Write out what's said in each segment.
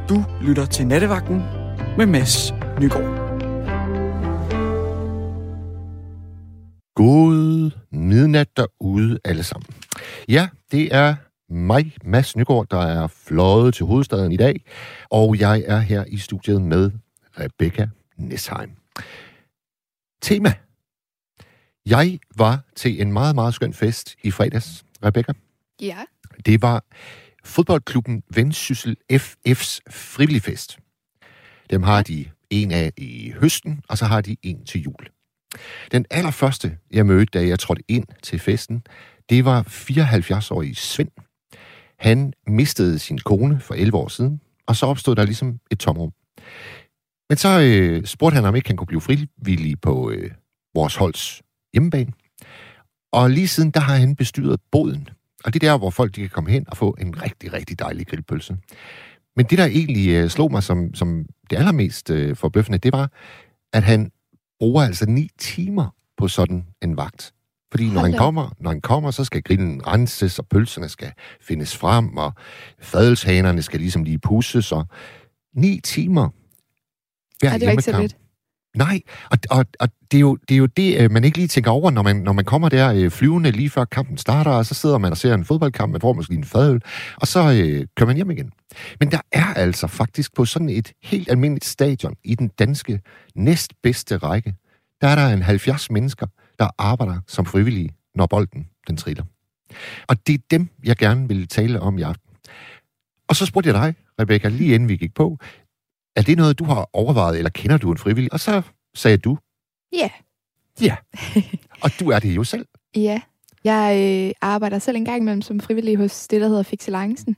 Du lytter til Nattevagten med Mads Nygaard. God midnat derude alle sammen. Ja, det er mig, Mads Nygaard, der er fløjet til hovedstaden i dag, og jeg er her i studiet med Rebecca Nesheim. Tema. Jeg var til en meget, meget skøn fest i fredags, Rebecca. Ja. Det var fodboldklubben Vendsyssel FF's frivilligfest. Dem har de en af i høsten, og så har de en til jul. Den allerførste, jeg mødte, da jeg trådte ind til festen, det var 74-årige Svend. Han mistede sin kone for 11 år siden, og så opstod der ligesom et tomrum. Men så spurgte han, om ikke han kunne blive frivillig på vores holds hjemmebane. Og lige siden, der har han bestyret boden. Og det er der, hvor folk de kan komme hen og få en rigtig, rigtig dejlig grillpølse. Men det, der egentlig slog mig som det allermest forbløffende, det var, at han bruger altså 9 timer på sådan en vagt. Fordi når han kommer, så skal grillen renses, og pølserne skal findes frem, og fadelshanerne skal ligesom lige pusses, og 9 timer hver det var ikke så lidt. Nej, og det er jo det, man ikke lige tænker over, når man kommer der flyvende lige før kampen starter, og så sidder man og ser en fodboldkamp, man får måske en fadøl, og så kører man hjem igen. Men der er altså faktisk på sådan et helt almindeligt stadion i den danske næstbedste række, der er der en 70 mennesker, der arbejder som frivillige, når bolden den triller. Og det er dem, jeg gerne vil tale om i aften. Og så spurgte jeg dig, Rebecca, lige inden vi gik på, er det noget, du har overvejet, eller kender du en frivillig? Og så sagde du... Ja. Ja. Og du er det jo selv. Ja. Jeg arbejder selv en gang imellem som frivillig hos det, der hedder Fixelancen.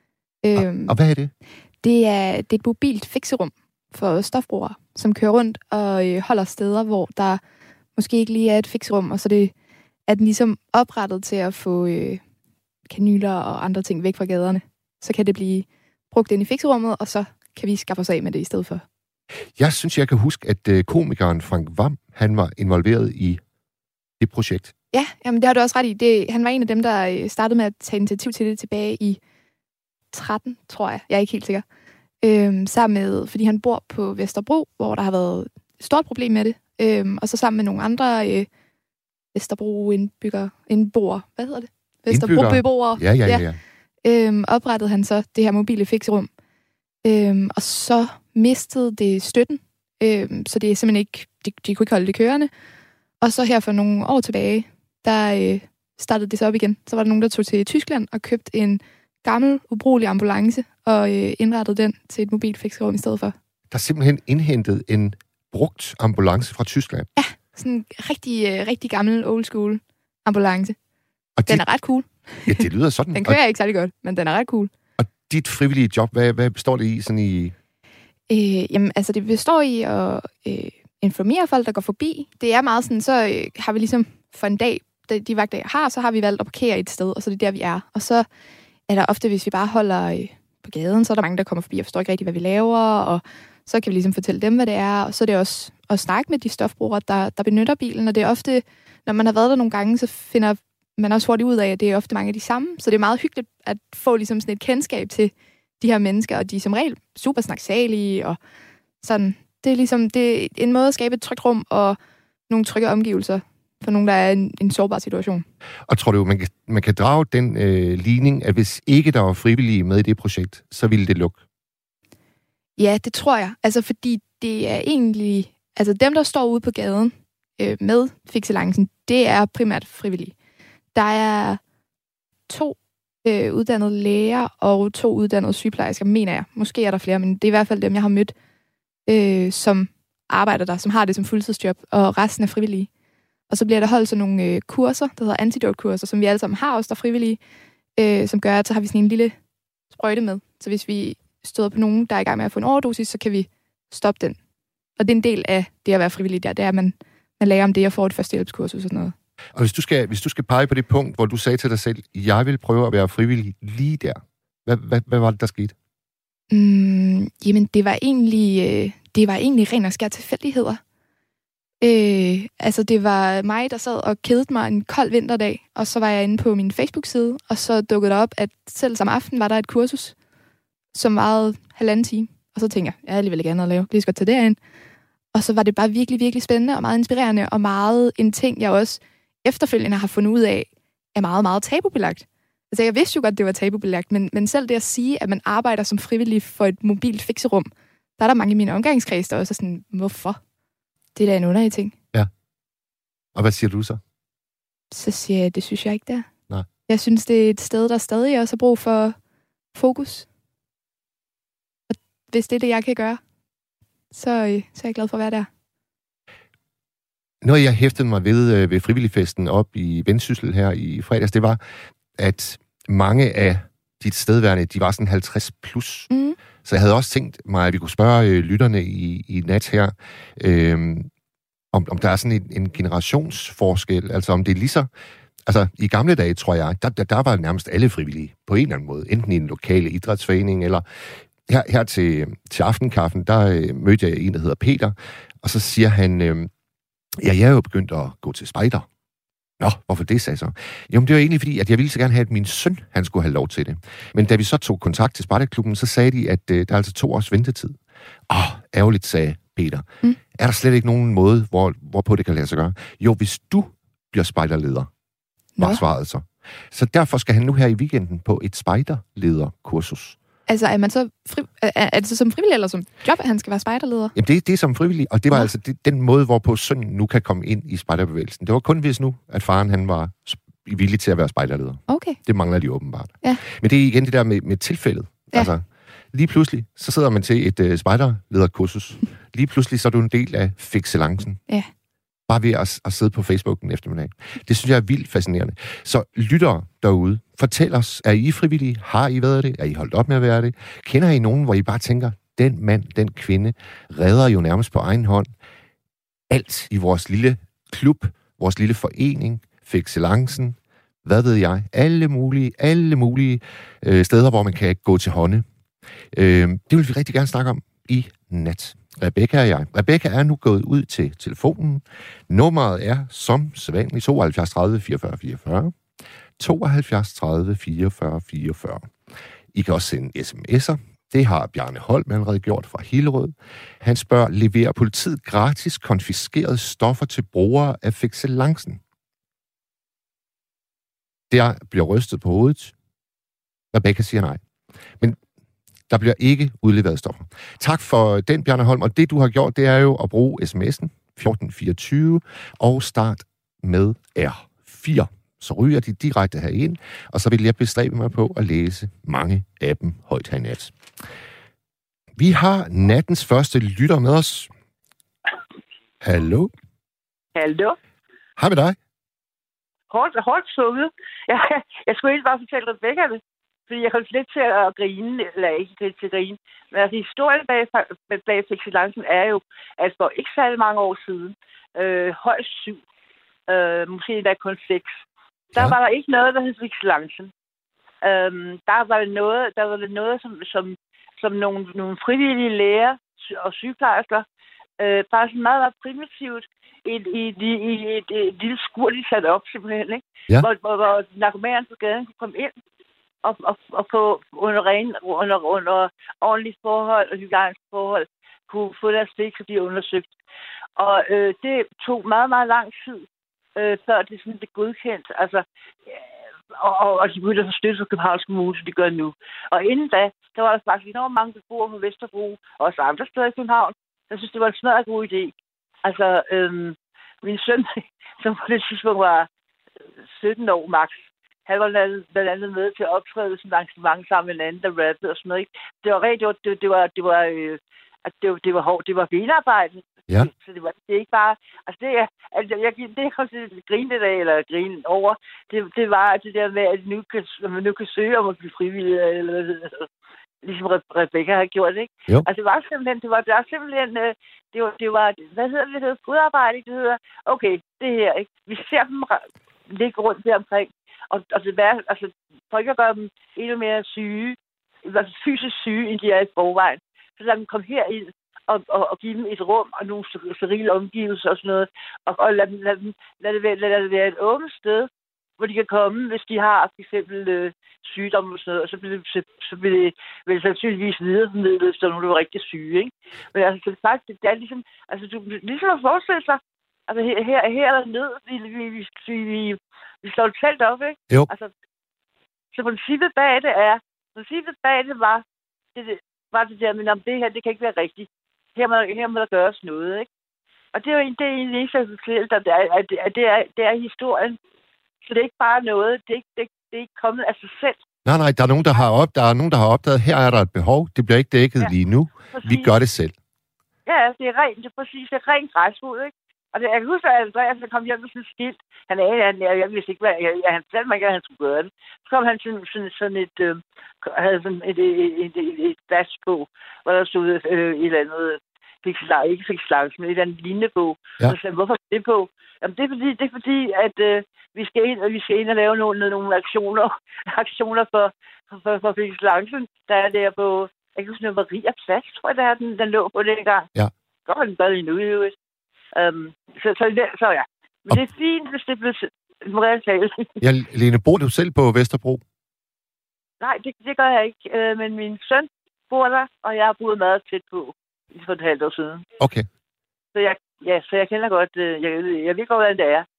Og hvad er det? Det er et mobilt fikserum for stofbrugere, som kører rundt og holder steder, hvor der måske ikke lige er et fikserum, og så er den ligesom oprettet til at få kanyler og andre ting væk fra gaderne. Så kan det blive brugt ind i fikserummet, og så kan vi skaffe os af med det i stedet for. Jeg synes, jeg kan huske, at komikeren Frank Hvam, han var involveret i det projekt. Ja, jamen det har du også ret i. Han var en af dem, der startede med at tage initiativ til det tilbage i 13, tror jeg. Jeg er ikke helt sikker. Sammen med, fordi han bor på Vesterbro, hvor der har været et stort problem med det. Og så sammen med nogle andre Vesterbro-indboere. Hvad hedder det? Vesterbro-beboere. Ja. Oprettede han så det her mobile fikserum. Og så mistede det støtten. Så det er simpelthen ikke... De kunne ikke holde det kørende. Og så her for nogle år tilbage, der startede det så op igen. Så var der nogen, der tog til Tyskland og købte en gammel, ubrugelig ambulance og indrettede den til et mobilt fikserum i stedet for. Der er simpelthen indhentet en brugt ambulance fra Tyskland? Ja, sådan en rigtig gammel old school ambulance. Og den er ret cool. Ja, det lyder sådan. Den kører ikke særlig godt, men den er ret cool. Og dit frivillige job, hvad består det i? Sådan i... Jamen, altså det består i at informere folk, der går forbi. Det er meget sådan, så har vi ligesom for en dag, de vagter jeg har, så har vi valgt at parkere et sted, og så er det der, vi er. Og så er der ofte, hvis vi bare holder på gaden, så er der mange, der kommer forbi og forstår ikke rigtig, hvad vi laver, og så kan vi ligesom fortælle dem, hvad det er, og så er det også at snakke med de stofbrugere, der benytter bilen, og det er ofte, når man har været der nogle gange, så finder man også hurtigt ud af, at det er ofte mange af de samme, så det er meget hyggeligt at få ligesom sådan et kendskab til de her mennesker, og de er som regel super snaksalige, og sådan. Det er ligesom det er en måde at skabe et trygt rum, og nogle trygge omgivelser for nogen, der er i en sårbar situation. Og tror du, man kan drage den ligning, at hvis ikke der var frivillige med i det projekt, så ville det lukke? Ja, det tror jeg. Altså, fordi det er egentlig... Altså, dem, der står ude på gaden med Fixelancen, det er primært frivillige. Der er 2 uddannede læger og 2 uddannede sygeplejersker, mener jeg. Måske er der flere, men det er i hvert fald dem, jeg har mødt, som arbejder der, som har det som fuldtidsjob, og resten er frivillige. Og så bliver der holdt sådan nogle kurser, der hedder antidote-kurser, som vi alle sammen har også, der er frivillige, som gør, at så har vi sådan en lille sprøjte med. Så hvis vi støder på nogen, der er i gang med at få en overdosis, så kan vi stoppe den. Og det er en del af det at være frivillig der, det er, at man lærer om det og får et førstehjælpskursus og sådan noget. Og hvis du skal pege på det punkt, hvor du sagde til dig selv, jeg vil prøve at være frivillig lige der, hvad var det, der skete? Jamen, det var egentlig ren og skær tilfældigheder. Altså, det var mig, der sad og kedede mig en kold vinterdag, og så var jeg inde på min Facebook-side, og så dukkede der op, at selv samme aften var der et kursus, som varede 1,5 time. Og så tænkte jeg er alligevel ikke andet at lave. Lige skal tage derind. Og så var det bare virkelig, virkelig spændende og meget inspirerende, og meget en ting, jeg også efterfølgende har fundet ud af, er meget, meget tabubelagt. Altså, jeg vidste jo godt, det var tabubelagt, men selv det at sige, at man arbejder som frivillig for et mobilt fikserum, der er der mange i mine omgangskreds, der også er sådan, hvorfor? Det er da en underlig ting. Ja. Og hvad siger du så? Så siger jeg, det synes jeg ikke, det er. Nej. Jeg synes, det er et sted, der stadig også har brug for fokus. Og hvis det er det, jeg kan gøre, så er jeg glad for at være der. Noget, jeg hæftede mig ved frivilligfesten op i Vendsyssel her i fredags, det var, at mange af de tilstedeværende, de var sådan 50 plus. Mm. Så jeg havde også tænkt mig, at vi kunne spørge lytterne i nat her, om der er sådan en generationsforskel, altså om det er lige så. Altså, i gamle dage, tror jeg, der var nærmest alle frivillige på en eller anden måde. Enten i en lokale idrætsforening, eller her til aftenkaffen, der mødte jeg en, der hedder Peter, og så siger han, jeg er jo begyndt at gå til spejder. Nå, hvorfor det, sagde så? Jo, men det var egentlig fordi, at jeg ville så gerne have, at min søn, han skulle have lov til det. Men da vi så tog kontakt til spejderklubben, så sagde de, at der er altså 2 års ventetid. Ærgerligt, sagde Peter. Mm. Er der slet ikke nogen måde, hvorpå det kan lade sig gøre? Jo, hvis du bliver spejderleder, var svaret så. Så derfor skal han nu her i weekenden på et spejderlederkursus. Altså, er det så som frivillig eller som job, at han skal være spejderleder? Jamen, det er som frivillig, og det var altså den måde, hvorpå sønnen nu kan komme ind i spejderbevægelsen. Det var kun hvis nu, at faren han var villig til at være spejderleder. Okay. Det mangler de åbenbart. Ja. Men det er igen det der med tilfældet. Ja. Altså, lige pludselig, så sidder man til et spejderlederkursus. Lige pludselig, så er du en del af fixelancen. Ja. Bare ved at sidde på Facebook den eftermiddag. Det synes jeg er vildt fascinerende. Så lyttere derude, fortæl os, er I frivillige? Har I været det? Er I holdt op med at være det? Kender I nogen, hvor I bare tænker, den mand, den kvinde, redder jo nærmest på egen hånd alt i vores lille klub, vores lille forening, fixelancen, hvad ved jeg, alle mulige steder, hvor man kan gå til hånde. Det vil vi rigtig gerne snakke om i nat. Rebecca og jeg. Rebecca er nu gået ud til telefonen. Nummeret er som sædvanligt 72 30 44 44. 72 30 44 44. I kan også sende sms'er. Det har Bjarne Holm allerede gjort fra Hillerød. Han spørger, leverer politiet gratis konfiskerede stoffer til brugere af fixelancen? Der bliver rystet på hovedet. Rebecca siger nej. Men der bliver ikke udleveret stoffer. Tak for den, Bjarne Holm. Og det, du har gjort, det er jo at bruge sms'en 1424 og start med R4. Så ryger de direkte herind, og så vil jeg bestræbe mig på at læse mange af dem højt her i nat. Vi har nattens første lytter med os. Hallo? Hallo? Hej med dig. Hårdt sunget. Jeg skulle egentlig bare fortælle Rebecca det, fordi jeg kom lidt til at grine, eller ikke til at grine. Men altså, historien bag fixelancen er jo, at for ikke særlig mange år siden, højst 7, måske endda kun 6, der var der ikke noget, der hed fixelancen. Der var det noget, som nogle frivillige læger og sygeplejersker, bare sådan meget, meget primitivt, i et lille skur, de satte op simpelthen, ikke? Ja. Hvor narkomanen på gaden kunne komme ind og få under ordentlige forhold og hygiejniske forhold kunne få deres stik, så de undersøgt. Og det tog meget, meget lang tid, før det sådan blev godkendt. Altså, og de begyndte at få støtte fra Københavns Kommune, som de gør nu. Og inden da, der var der faktisk enormt mange beboere på Vesterbro, og også andre steder i København, jeg synes, det var en smadret god idé. Altså, min søn, som på det tidspunkt var 17 år max, han var blandt andet med til at optræde som arrangement sammen med en anden, der rappede og sådan noget, ikke? Det var rent, det var benarbejde. Ja. Så det er ikke bare, altså det kom til at grine lidt af, eller grine over, det var det der med, at man nu kan søge om at blive frivillig, eller ligesom Rebecca har gjort, ikke? Jo. Altså det var simpelthen, det var, hvad hedder det, det hedder fodarbejde, det hedder, okay, det her, ikke? Vi ser dem ligge rundt der omkring, og det værste, altså for ikke at gøre dem endnu mere syge, altså fysisk syge, end de er i forvejen, så lad dem komme herind, og give dem et rum og nogle sterile omgivelser og sådan noget, og lad det være et åbent sted, hvor de kan komme, hvis de har for eksempel sygdom og sådan noget, og så bliver det vel sandsynligvis videreformidlet, så nu er du rigtig syge, ikke? Men altså, som sagt, det er ligesom, altså, ligesom at forestille sig, altså her er der nød, vi slår et telt op, ikke? Jo. Altså, så princippet bag det var det der, men om det her, det kan ikke være rigtigt. Her må der gøres noget, ikke? Og det er jo en eneste, jeg fortæller dig, det er historien. Så det er ikke bare noget, det er ikke kommet af sig selv. Nej, der er nogen, der har opdaget, her er der et behov, det bliver ikke dækket lige nu. Præcis. Vi gør det selv. Ja, det er rent græsrod, ikke? Og jeg kan huske, at Andreas kom hjem med sådan et skilt. Jeg vidste ikke, han fortalte mig ikke, at han skulle gøre det. Så kom han havde sådan et bas på, hvor der stod et eller andet, ikke fikslag, men et eller andet lignende på. Ja. Så sagde, hvorfor er det på? Jamen, det er fordi, at vi skal ind og lave nogle aktioner for fikslagen, der er der på, jeg kan huske, Maria Plads, tror jeg, der er den lå på den gang. Ja. Godt, den bad endnu, jo. Så ja. Men det er fint, hvis det bliver reelt talt. Ja, Lene, bor du selv på Vesterbro? Nej, det gør jeg ikke. Men min søn bor der, og jeg har boet meget tæt på for et halvt år siden. Okay. Så jeg kender godt, jeg ved godt, hvordan det er.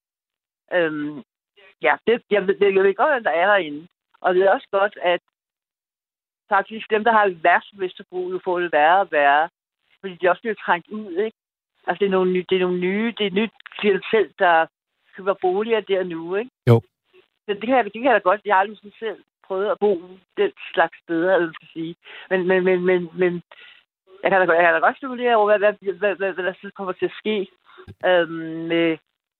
Jeg ved godt, hvordan der er derinde. Og det er også godt, at faktisk dem, der har værst på Vesterbro, jo får det værre og værre. Fordi de også bliver trængt ud, ikke? Altså, det er et nyt klientel, der køber boliger der nu, ikke? Jo. Så det kan jeg da godt. Jeg har aldrig sådan selv prøvet at bo den slags steder, eller skal sige. Men jeg kan da godt spekulere over, hvad der så kommer til at ske med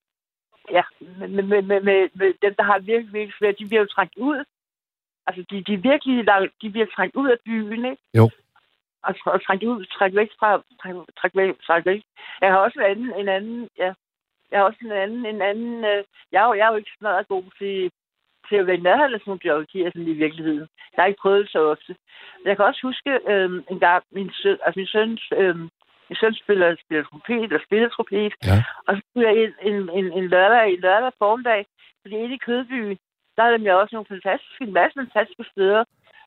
dem, der har virkelig, virkelig svært. De bliver jo trængt ud. Altså, de bliver trængt ud af byen, ikke? Jo. Og trække væk. Jeg har også en anden. Jeg er jo ikke så god til at være i nærheden af sådan nogle jockey, sådan i virkeligheden. Jeg har ikke prøvet det så ofte. Jeg kan også huske en gang, min søn spiller trompet, eller spiller trompet. Ja. Og så skulle jeg en lørdag formiddag, fordi inde i Kødby, der er nemlig også nogle fantastiske steder,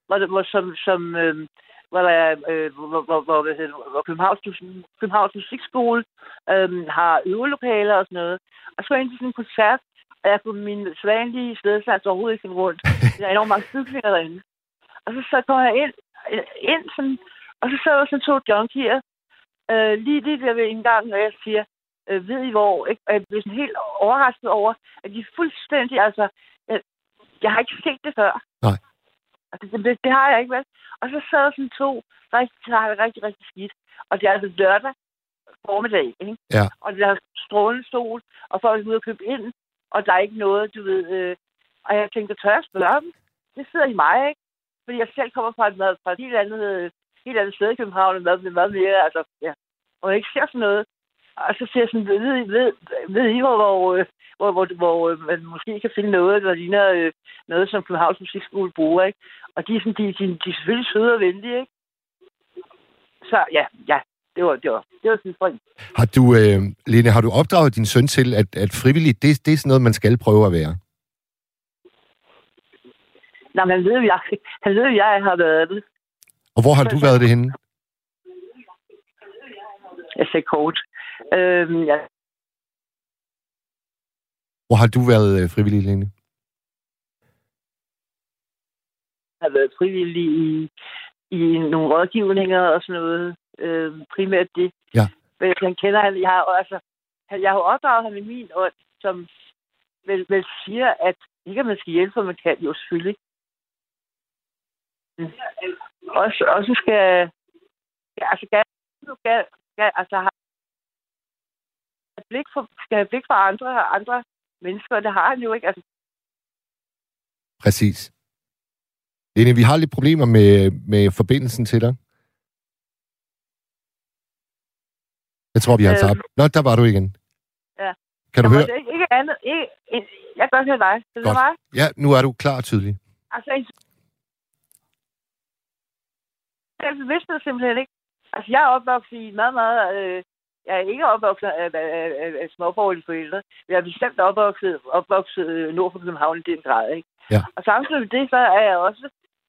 hvor Københavns Musikskole har øvelokaler og sådan noget. Og så var jeg ind til sådan en koncert, og jeg på min sædvanlige stedsats overhovedet ikke rundt. Der er enormt mange bygninger derinde. Og så kom jeg ind sådan, og så jeg sådan to junkier, lige der ved en gang, når jeg siger, ved I hvor, ikke? Og jeg blev sådan helt overrasket over, at de er fuldstændig, altså, jeg har ikke set det før. Nej. Det har jeg ikke, vel? Og så sad sådan to, der har det rigtig, rigtig skidt. Og det er altså lørdag formiddag, ikke? Ja. Og der er strålende sol, og folk er ude og købe ind, og der er ikke noget, du ved. Og jeg tænkte, tør jeg spørge dem? Det sidder i mig, ikke? Fordi jeg selv kommer fra et helt andet sted i København, hvad mere, altså, ja. Og jeg ikke ser sådan noget. Og så siger jeg sådan, ved I, hvor man måske kan finde noget, der ligner noget, som Københavns Musikskole bruger, ikke? Og de er selvfølgelig søde og venlige, ikke? Så ja, det var sådan for en. Har du, Lene, har du opdraget din søn til, at frivilligt, det er sådan noget, man skal prøve at være? Nej, men han ved jo, jeg har været det. Og hvor har du været det henne? Jeg sagde kort. Ja. Hvor har du været frivillig, Lene? Jeg har været frivillig i nogle rådgivninger og sådan noget. Primært det. Ja. Men jeg kender han. Jeg har opdraget ham i min ånd, som vel siger, at ikke at man skal hjælpe, for man kan jo selvfølgelig. Også skal have blik for andre mennesker, og det har han jo ikke. Altså. Præcis. Lene, vi har lidt problemer med forbindelsen til dig. Jeg tror, vi har tabt. Nå, der var du igen. Ja. Kan du høre? Ikke andet. Jeg kan godt høre dig. Det er mig. Ja, nu er du klar og tydelig. Altså, jeg vidste det simpelthen ikke. Altså, jeg er opvokset i meget, meget Jeg er ikke opvokset af småborgerlige forældre. Jeg er bestemt opvokset nord for København i den grad, ikke? Ja. Og samtidig med det, så er jeg også...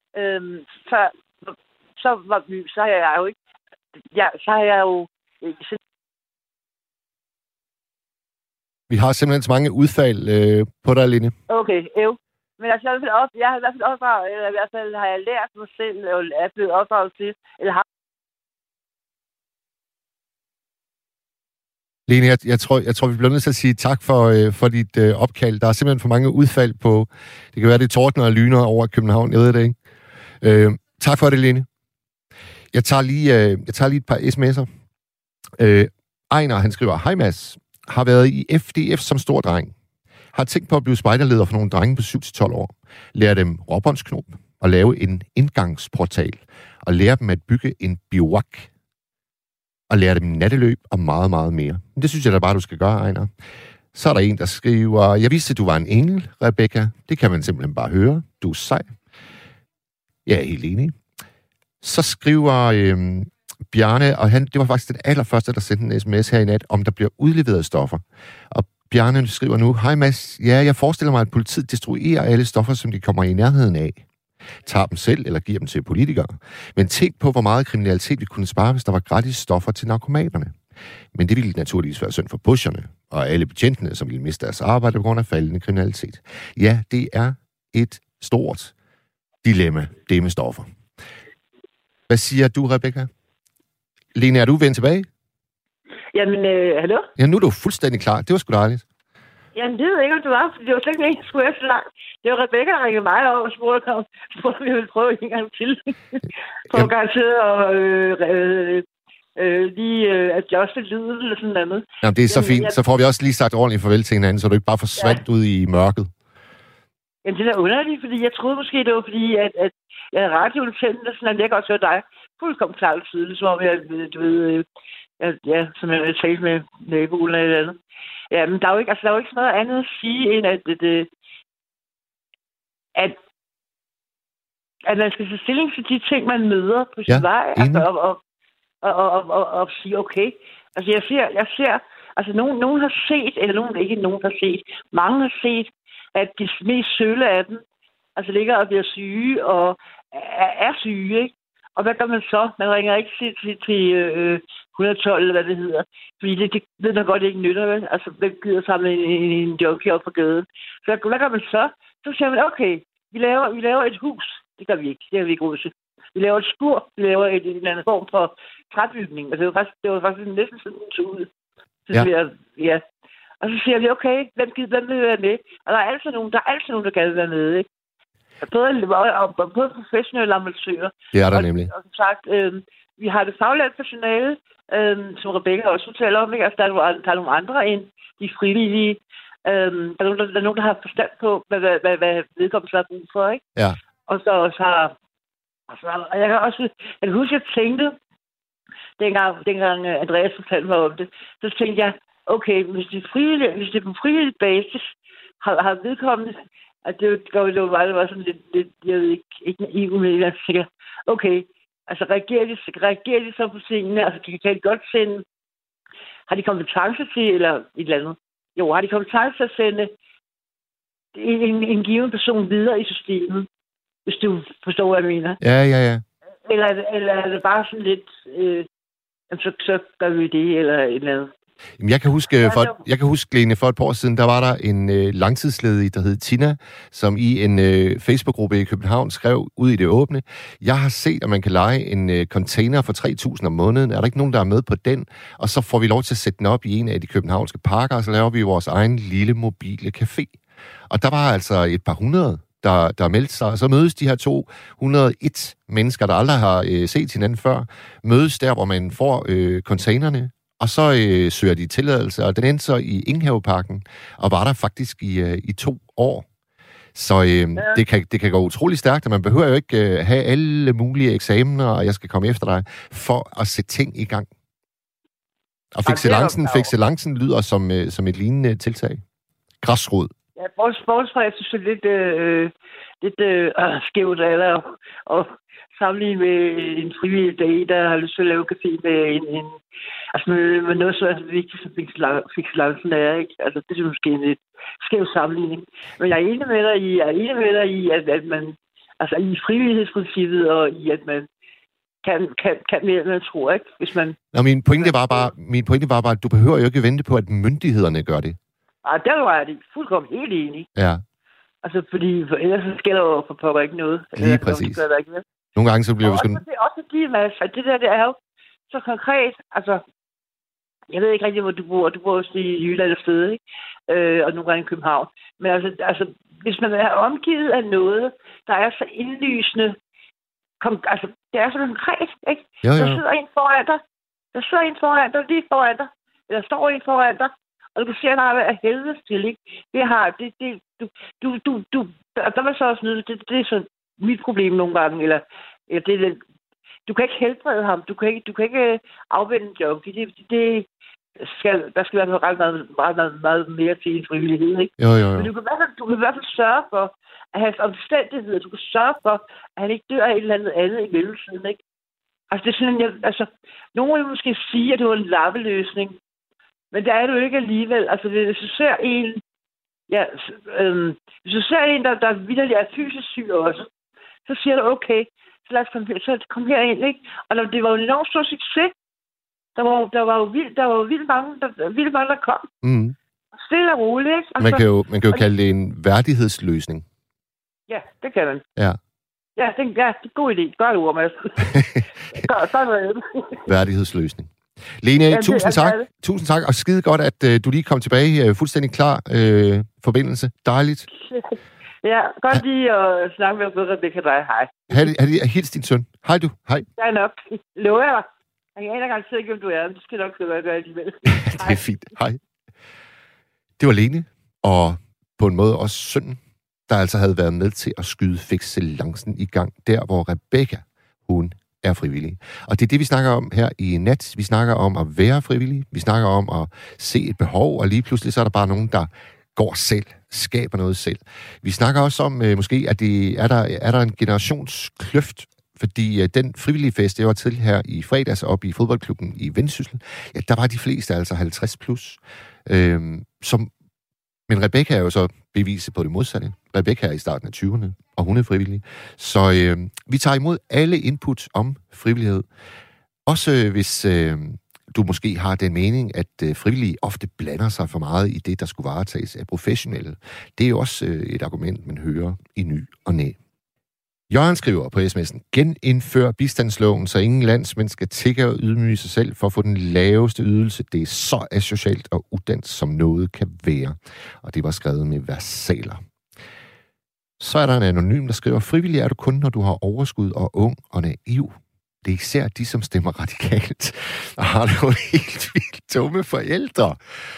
så er jeg jo ikke... Så har jeg jo... Vi har simpelthen så mange udfald på dig, Lene. Okay, men altså, jeg har i hvert fald opdraget, eller i hvert fald har jeg lært mig selv, og er blevet opdraget til, eller har... Lene, jeg tror, vi bliver nødt til at sige tak for dit opkald. Der er simpelthen for mange udfald på... Det kan være, det tordner og lyner over København. Jeg ved det ikke. Tak for det, Lene. Jeg tager lige et par sms'er. Ejner, han skriver, hej Mads, har været i FDF som stor dreng. Har tænkt på at blive spejderleder for nogle drenge på 7-12 år. Lære dem råbåndsknop og lave en indgangsportal. Og lære dem at bygge en bivak. Og lære dem natteløb og meget, meget mere. Men det synes jeg da bare, du skal gøre, Ejner. Så er der en, der skriver, jeg vidste, at du var en engel, Rebecca. Det kan man simpelthen bare høre. Du er sej. Jeg er helt enig. Så skriver Bjarne, og det var faktisk den allerførste, der sendte en sms her i nat, om der bliver udleveret stoffer. Og Bjarne skriver nu, hej Mads, ja, jeg forestiller mig, at politiet destruerer alle stoffer, som de kommer i nærheden af. Tager dem selv eller giver dem til politikere. Men tænk på, hvor meget kriminalitet vi kunne spare, hvis der var gratis stoffer til narkomanerne. Men det ville naturligvis være synd for pusherne og alle betjentene, som ville miste deres arbejde på grund af faldende kriminalitet. Ja, det er et stort dilemma, det med stoffer. Hvad siger du, Rebecca? Lene, er du vendt tilbage? Jamen, hallo? Ja, nu er du fuldstændig klar. Det var sgu dejligt. Jamen, det ved jeg ikke, om det var, for det var slet ikke, jeg skulle så langt. Det var Rebecca, der ringede mig over og spurgte, om vi ville prøve en gang til. På garanteret og lige adjuste lyden eller sådan noget. Jamen, det er så fint. Så får vi også lige sagt ordentligt farvel til hinanden, så du ikke bare forsvandt ud i mørket. Jamen, det er underligt, fordi jeg troede måske, det var fordi, at jeg havde radioen tændt, og sådan, at jeg kan også høre dig fuldkommen klart og tydeligt, som om jeg, du ved, som jeg havde talt med naboen eller andet. Ja, men der er jo ikke så meget andet at sige, end at man skal tage stilling til de ting, man møder på sin vej, og sige, okay. Altså, jeg ser, altså, nogen har set, eller nogen har set, mange har set, at de mest sølle af dem, altså ligger og bliver syge, og er syge, ikke? Og hvad gør man så? Man ringer ikke til 112, eller hvad det hedder. Fordi det ved man godt ikke nytter, vel? Altså, hvem gider samle en junkie op på gaden? Så hvad gør man så? Så siger man, okay, vi laver et hus. Det gør vi ikke. Det har vi ikke råd til. Vi laver et skur. Vi laver en anden form for træbygning. Altså, det var faktisk næsten sådan en ud. Ja. Og så siger vi, okay, hvem vil være med? Og der er altid nogen, der kan være med, ikke? Både professionelle amatører. Det er der nemlig. Og som sagt, vi har det faglærte personale, som Rebecca også fortæller om, ikke? Altså, der er nogle andre end de frivillige. Der er nogen, der har forstand på, hvad vedkommende har brug for, ikke? Ja. Og så også har... Og jeg kan huske, jeg tænkte, dengang Andreas fortalte mig om det, så tænkte jeg, okay, hvis det er på frivillig basis, har vedkommende... Og det var sådan lidt, jeg ved ikke naiv, men jeg tænker, okay, altså reagerer de så på tingene, altså kan de godt sende, har de kompetence til, eller et eller andet? Jo, har de kompetence til at sende en given person videre i systemet, hvis du forstår, hvad jeg mener? Ja. Eller er det bare sådan lidt, så gør vi det, eller et eller andet? Jeg kan huske, Lene, for et par år siden, der var der en langtidsledig, der hed Tina, som i en Facebook-gruppe i København skrev ud i det åbne, jeg har set, at man kan leje en container for 3.000 om måneden. Er der ikke nogen, der er med på den? Og så får vi lov til at sætte den op i en af de københavnske parker, og så laver vi vores egen lille mobile café. Og der var altså et par hundrede, der meldte sig, og så mødes de her 201 mennesker, der aldrig har set hinanden før, mødes der, hvor man får containerne, og så søger de tilladelse, og den endte så i Enghaveparken, og var der faktisk i 2 år. Så det kan gå utrolig stærkt, og man behøver jo ikke have alle mulige eksamener, og jeg skal komme efter dig, for at sætte ting i gang. Og fixelancen lyder som et lignende tiltag. Græsrod. Ja, sportsfag, jeg synes, det er lidt skævt og sammenlignet med en frivillig dag, der har lyst til at lave café med noget så vigtigt, som Fixi Langsen er, ikke? Altså, det er måske en lidt skæv sammenligning. Men jeg er enig med dig i, at man, altså i frivillighedsprincippet, og i, at man kan mere, end man tror, ikke? Hvis man... Nå, min pointe var bare, at du behøver jo ikke vente på, at myndighederne gør det. Ej, der var jeg fuldkommen helt enig. Ja. Altså, fordi ellers så sker der jo for pokker ikke noget. Lige præcis. Nogle gange så bliver vi sådan... Også fordi, Mads, at det der, det er jo så konkret. Altså, jeg ved ikke rigtig, hvor du bor. Du bor også i Jylland et sted, ikke? Og nogle gange i København. Men altså, hvis man er omgivet af noget, der er så indlysende, altså, det er så konkret, ikke? Jo. Der sidder en foran dig. Lige foran dig. Eller står en foran dig. Og du kan se, at der er helvede til, ikke? Der var så også noget, det er sådan mit problem nogle gange, eller det, du kan ikke helbrede ham, du kan ikke afvende en job, der skal være ret meget mere til en frivillighed, ikke? Jo. Men du kan i hvert fald sørge for, at hans omstændigheder, du kan sørge for, at han ikke dør af et eller andet i mellemtiden, ikke? Altså, det er sådan, nogen vil måske sige, at det var en lappeløsning, men det er du ikke alligevel. Altså, hvis du ser en, der vitterligt er fysisk syg også, så siger du, okay, så lad os komme herind, ikke? Og det var jo en enormt stor succes. Der var jo vildt mange, der kom. Mm. Stille og roligt, ikke? Altså, man kan jo kalde det en værdighedsløsning. Ja, det kan man. Ja. Ja, det er en god idé. Godt ord, Mads. Værdighedsløsning. Lene, tusind tak, og skide godt, at du lige kom tilbage. Fuldstændig klar forbindelse. Dejligt. Ja, godt lige at snakke med Rebecca dig. Hej. Hils din søn. Hej du. Hej. Jeg er nok. Lover jeg dig. Jeg aner garanteret ikke, hvem du er. Du skal nok gøre det alligevel. Det er fint. Hej. Det var Lene, og på en måde også sønnen, der altså havde været med til at skyde Fixi Langsen i gang, der hvor Rebecca, hun er frivillig. Og det er det, vi snakker om her i nat. Vi snakker om at være frivillig. Vi snakker om at se et behov, og lige pludselig så er der bare nogen, der går selv, skaber noget selv. Vi snakker også om, måske, at er der en generationskløft, fordi den frivillige fest, jeg var til her i fredags op i fodboldklubben i Vendsyssel, ja, der var de fleste altså 50 plus. Men Rebecca er jo så beviset på det modsatte. Rebecca er i starten af 20'erne, og hun er frivillig. Så vi tager imod alle input om frivillighed. Også hvis du måske har den mening, at frivillige ofte blander sig for meget i det, der skulle varetages af professionelle. Det er jo også et argument, man hører i ny og næ. Jørgen skriver på sms'en, genindfør bistandsloven, så ingen landsmænd skal tigge og ydmyge sig selv for at få den laveste ydelse. Det er så asocialt og udansk, som noget kan være. Og det var skrevet med versaler. Så er der en anonym, der skriver, frivillig er du kun, når du har overskud og ung og naiv. Det er især de, som stemmer radikalt og har nogle helt vildt dumme forældre.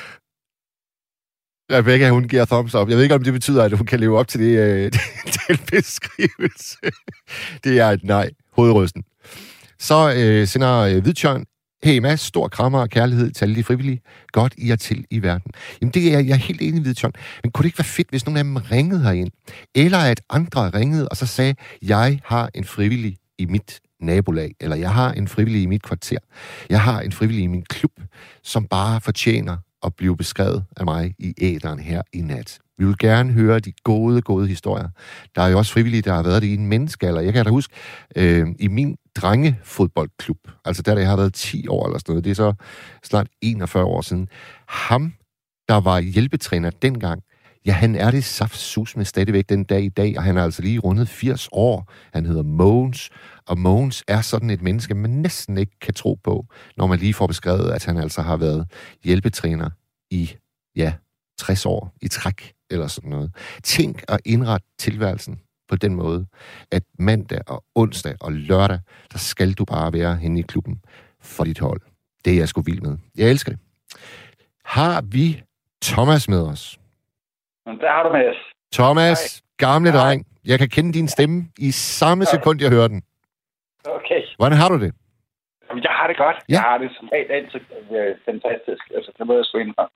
Rebecca, hun giver thumbs up. Jeg ved ikke, om det betyder, at hun kan leve op til den beskrivelse. Det er et nej. Hovedrysten. Så sender Hvidtjørn, hey Mads, stor krammer og kærlighed til alle de frivillige. Godt, I er til i verden. Jamen, det er jeg helt enig i, Hvidtjørn. Men kunne det ikke være fedt, hvis nogle af dem ringede herind? Eller at andre ringede og så sagde, jeg har en frivillig i mit nabolag, eller jeg har en frivillig i mit kvarter. Jeg har en frivillig i min klub, som bare fortjener at blive beskrevet af mig i æteren her i nat. Vi vil gerne høre de gode historier. Der er jo også frivillige, der har været det i en menneskealder. Jeg kan da huske, i min drengefodboldklub, altså der jeg har været 10 år eller sådan noget, det er så snart 41 år siden, ham, der var hjælpetræner dengang, ja, han er det saftsus med stadigvæk den dag i dag, og han er altså lige rundet 80 år. Han hedder Mogens, og Mogens er sådan et menneske, man næsten ikke kan tro på, når man lige får beskrevet, at han altså har været hjælpetræner i, 60 år i træk, eller sådan noget. Tænk at indrette tilværelsen på den måde, at mandag og onsdag og lørdag, der skal du bare være henne i klubben for dit hold. Det er jeg sgu vild med. Jeg elsker det. Har vi Thomas med os? Der har du, Mads. Thomas, gamle dreng. Jeg kan kende din stemme i samme sekund, jeg hører den. Okay. Hvordan har du det? Jeg har det godt. Ja. Jeg har det som regel altid fantastisk. Altså, det må jeg sgu indrømme.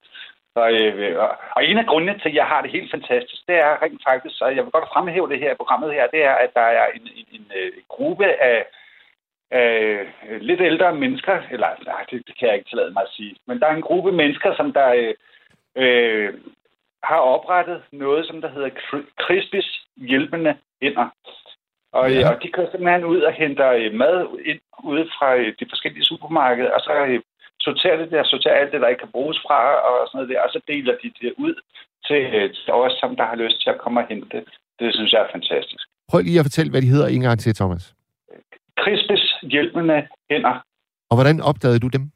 Og en af grundene til, at jeg har det helt fantastisk, det er rent faktisk, så jeg vil godt fremhæve det her i programmet her, det er, at der er en gruppe af lidt ældre mennesker, eller nej, det kan jeg ikke tillade mig at sige, men der er en gruppe mennesker, som der har oprettet noget, som der hedder Crispis hjælpende hænder. Og de kører simpelthen ud og henter mad ind ude fra de forskellige supermarkeder, og så sorterer alt det, der ikke kan bruges fra, og sådan noget der, og så deler de det ud til os, som der har lyst til at komme og hente det. Det synes jeg er fantastisk. Prøv lige at fortælle, hvad de hedder en gang til, Thomas. Crispis hjælpende hænder. Og hvordan opdagede du dem?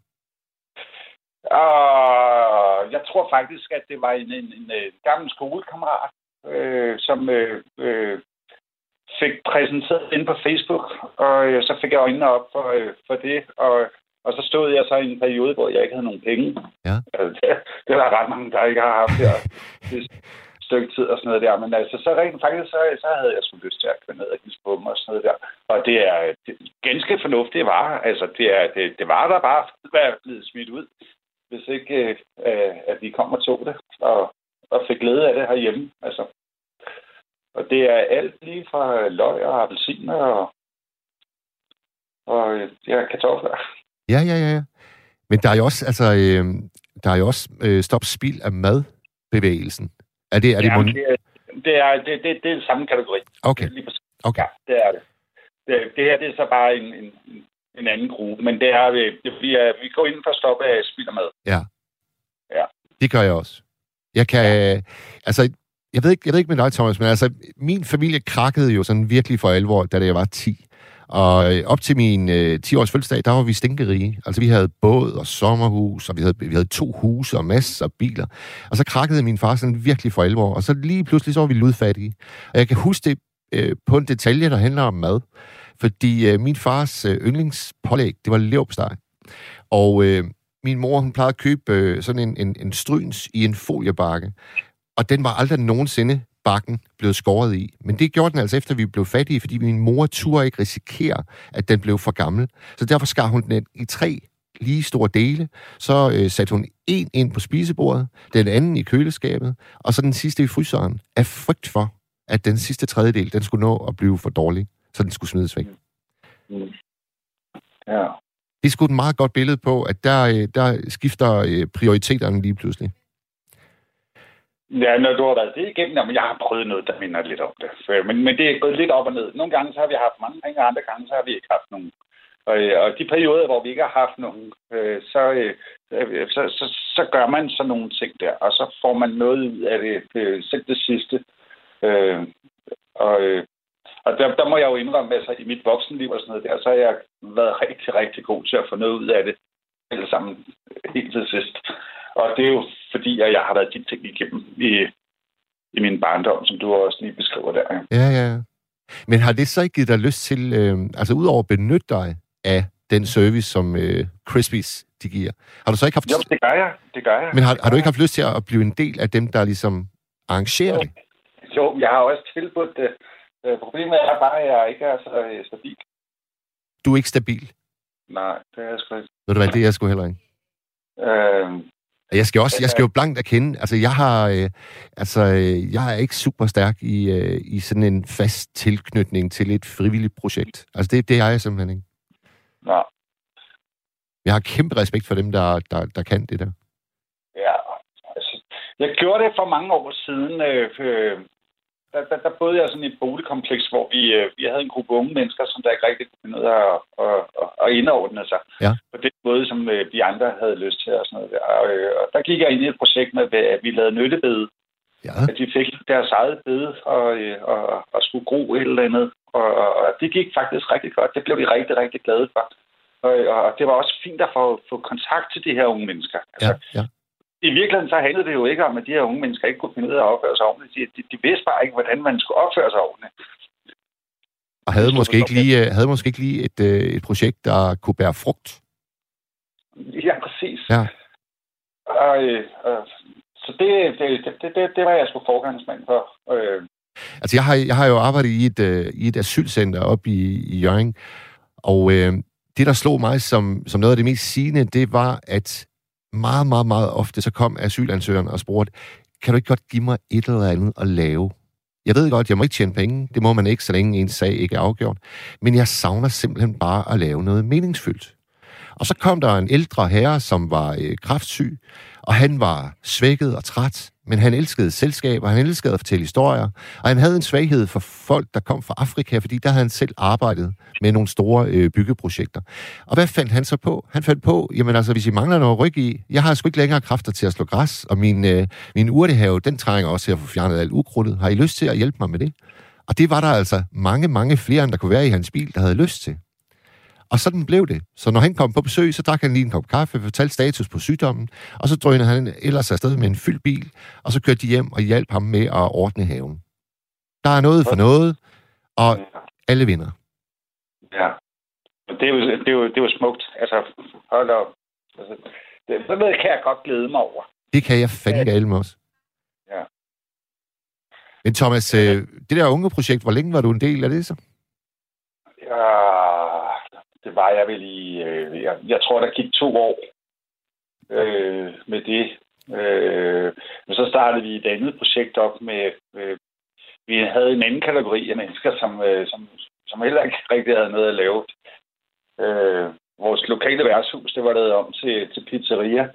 Jeg tror faktisk, at det var en gammel skolekammerat, som fik præsenteret inde på Facebook, og så fik jeg øjnene op for det, og så stod jeg så i en periode, hvor jeg ikke havde nogen penge. Ja. Det er der ret mange, der ikke har haft her et stykke tid og sådan noget der. Men altså, så rent faktisk, så havde jeg sgu lyst til at køre ned og give på dem og sådan noget der. Og det er ganske fornuftigt varer. Altså, det var der bare blevet smidt ud, hvis ikke at vi kom og tog det og fik glæde af det herhjemme. Altså. Og det er alt lige fra løg og appelsiner og kartofler. Ja. Men der er jo også, stop spild af madbevægelsen. Er det det er den samme kategori. Okay. Okay. Ja, det er det. Det her det er så bare en anden gruppe, men det er vi går ind for at stoppe af spild af mad. Ja. Ja. Det gør jeg også. Jeg kan jeg ved ikke med dig, Thomas, men altså min familie krakkede jo sådan virkelig for alvor, da jeg var 10. Og op til min 10-års fødselsdag, der var vi stinkerige. Altså, vi havde båd og sommerhus, og vi havde 2 huse og masser af biler. Og så krakkede min far sådan virkelig for alvor. Og så lige pludselig, så var vi ludfattige. Og jeg kan huske det på en detalje, der handler om mad. Fordi min fars yndlingspålæg, det var leverpostej. Og min mor, hun plejede at købe sådan en stryns i en foliebakke. Og den var aldrig nogensinde bakken blevet skåret i. Men det gjorde den altså efter, vi blev fattige, fordi min mor turde ikke risikere, at den blev for gammel. Så derfor skar hun den i 3 lige store dele. Så satte hun en ind på spisebordet, den anden i køleskabet, og så den sidste i fryseren, af frygt for, at den sidste tredjedel, den skulle nå at blive for dårlig, så den skulle smides væk. Ja. Det er sgu et meget godt billede på, at der skifter prioriteterne lige pludselig. Ja, når du har været det igennem, jamen, jeg har prøvet noget, der minder lidt om det. Men det er gået lidt op og ned. Nogle gange så har vi haft mange penge, og andre gange så har vi ikke haft nogen. Og de perioder, hvor vi ikke har haft nogen, så gør man sådan nogle ting der, og så får man noget ud af det, selv det sidste. Og der må jeg jo indrømme, altså i mit voksenliv og sådan noget der, så har jeg været rigtig, rigtig god til at få noget ud af det, alle sammen helt til sidst. Og det er jo fordi, at jeg har været de ting igennem i min barndom, som du også lige beskriver der. Ja. Men har det så ikke givet dig lyst til, altså udover at benytte dig af den service, som Crispis de giver, har du så ikke haft... Jo, det gør jeg. Men har du ikke haft lyst til at blive en del af dem, der ligesom arrangerer det? Jo, jeg har også tilbudt det. Problemet er bare, at jeg ikke er så stabil. Du er ikke stabil? Nej, det er jeg sgu ikke. Ved du hvad, det er jeg sgu heller ikke. Jeg skal jo blankt erkende, altså jeg er ikke super stærk i sådan en fast tilknytning til et frivilligt projekt. Altså det er jeg simpelthen ikke. Nej. Jeg har kæmpe respekt for dem, der kan det der. Ja, altså, jeg gjorde det for mange år siden. Der boede jeg sådan i et boligkompleks, hvor vi havde en gruppe unge mennesker, som der ikke rigtig kunne finde ud af at indordne sig. Ja. På den måde, som de andre havde lyst til og sådan noget der. Og der gik jeg ind i et projekt med, at vi lavede nyttebede. Ja. At de fik deres eget bede og skulle gro et eller andet. Og det gik faktisk rigtig godt. Det blev vi rigtig, rigtig glade for. Og det var også fint at få kontakt til de her unge mennesker. Altså, ja. I virkeligheden så handlede det jo ikke om, at de her unge mennesker ikke kunne finde ud af at opføre sig ordentligt. De vidste bare ikke, hvordan man skulle opføre sig ordentligt. Og havde måske ikke lige et projekt, der kunne bære frugt? Ja, præcis. Ja. Så det var jeg sgu forgangsmand for. Altså, jeg har jo arbejdet i et asylcenter oppe i Hjørring, og det, der slog mig som noget af det mest sigende, det var, at meget, meget, meget ofte, så kom asylansøgeren og spurgte, kan du ikke godt give mig et eller andet at lave? Jeg ved godt, jeg må ikke tjene penge. Det må man ikke, så længe ens sag ikke er afgjort. Men jeg savner simpelthen bare at lave noget meningsfyldt. Og så kom der en ældre herre, som var kræftsyg, og han var svækket og træt, men han elskede selskab, og han elskede at fortælle historier, og han havde en svaghed for folk, der kom fra Afrika, fordi der havde han selv arbejdet med nogle store byggeprojekter. Og hvad fandt han så på? Han fandt på, jamen altså, hvis I mangler noget ryg i, jeg har sgu ikke længere kræfter til at slå græs, og min urtehave, den trænger også til at få fjernet alt ukrudtet. Har I lyst til at hjælpe mig med det? Og det var der altså mange, mange flere, end der kunne være i hans bil, der havde lyst til. Og sådan blev det. Så når han kom på besøg, så drak han lige en kop kaffe, fortalte status på sygdommen, og så drønede han ellers afsted med en fyldt bil, og så kørte de hjem og hjalp ham med at ordne haven. Der er noget for noget, og alle vinder. Ja. Det er jo smukt. Altså, hold op. Altså, det kan jeg godt glæde mig over. Det kan jeg fandme gale med os. Ja. Men Thomas, det der unge projekt, hvor længe var du en del af det så? Ja, det var jeg vel i... jeg tror, der gik 2 år med det. Men så startede vi et andet projekt op med... vi havde en anden kategori af mennesker, som heller ikke rigtig havde noget at lave. Vores lokale værtshus, det var lavet om til pizzeria.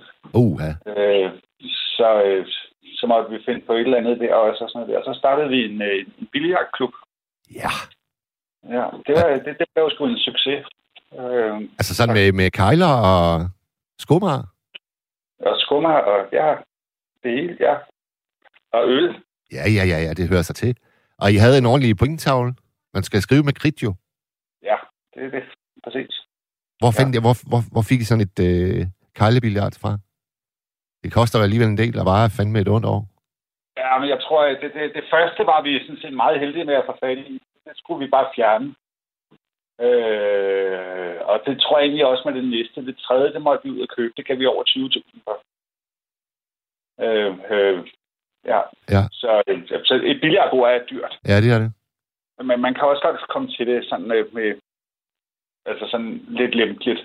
Så måtte vi finde på et eller andet der også. Og sådan noget der. Så startede vi en billiardklub. Ja. Ja, det var jo sgu en succes. Altså sådan med kejler og skummer? Og skummer, og ja, det hele, ja. Og øl. Ja, det hører sig til. Og I havde en ordentlig pointtavle. Man skal skrive med kridt jo. Ja, det er det. Præcis. Hvor fik I sådan et kejlebilliard fra? Det koster alligevel en del, og varer fandme et ondt år. Ja, men jeg tror, at det første var vi sådan set meget heldige med at få fat i. Det skulle vi bare fjerne. Og det tror jeg egentlig også med det næste. Det tredje, det måtte vi ud og købe. Det kan vi over 20.000 for. Ja. Så et billiardbord er dyrt. Ja, det er det. Men man kan også godt komme til det sådan med altså sådan lidt lempeligt.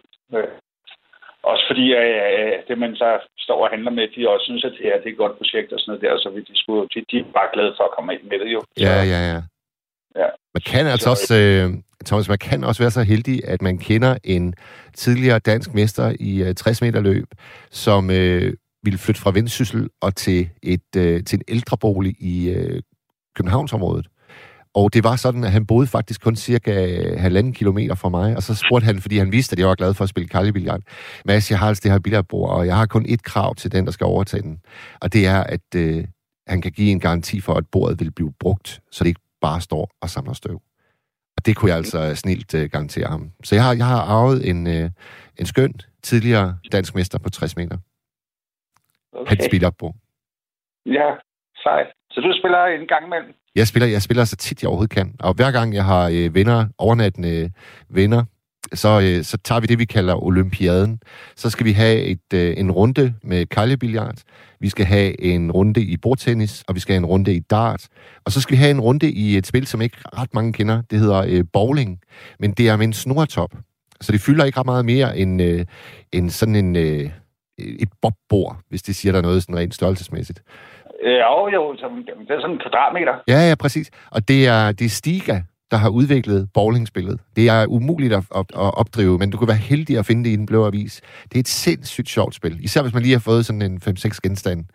Også fordi det, man så står og handler med, de også synes, at det er et godt projekt og sådan noget der, så de er bare glade for at komme ind med det jo. Ja. Man kan altså også, Thomas, man kan også være så heldig, at man kender en tidligere dansk mester i 60 meter løb, som ville flytte fra Vendsyssel og til en ældrebolig i Københavnsområdet. Og det var sådan, at han boede faktisk kun cirka 1,5 kilometer fra mig, og så spurgte han, fordi han vidste, at jeg var glad for at spille kejlebilliard. Mads, jeg har altså det her billiardbord, og jeg har kun ét krav til den, der skal overtage den. Og det er, at han kan give en garanti for, at bordet vil blive brugt, så det ikke bare står og samler støv. Og det kunne jeg altså snilt garantere ham. Så jeg har arvet en skøn tidligere dansk mester på 60 meter. Okay. Han spiller op på. Ja, sejt. Så du spiller en gang imellem? Jeg spiller så tit jeg overhovedet kan. Og hver gang jeg har venner, overnattende venner, så tager vi det, vi kalder olympiaden. Så skal vi have en runde med kejlebilliard. Vi skal have en runde i bordtennis, og vi skal have en runde i dart. Og så skal vi have en runde i et spil, som ikke ret mange kender. Det hedder bowling. Men det er med en snortop. Så det fylder ikke ret meget mere end sådan et bobbord, hvis det siger der noget sådan rent størrelsesmæssigt. Jo, det er sådan en kvadratmeter. Ja, præcis. Og det er Stiga, der har udviklet bowlingspillet. Det er umuligt at opdrive, men du kan være heldig at finde det i den blå avis. Det er et sindssygt sjovt spil. Især hvis man lige har fået sådan en 5-6 genstande,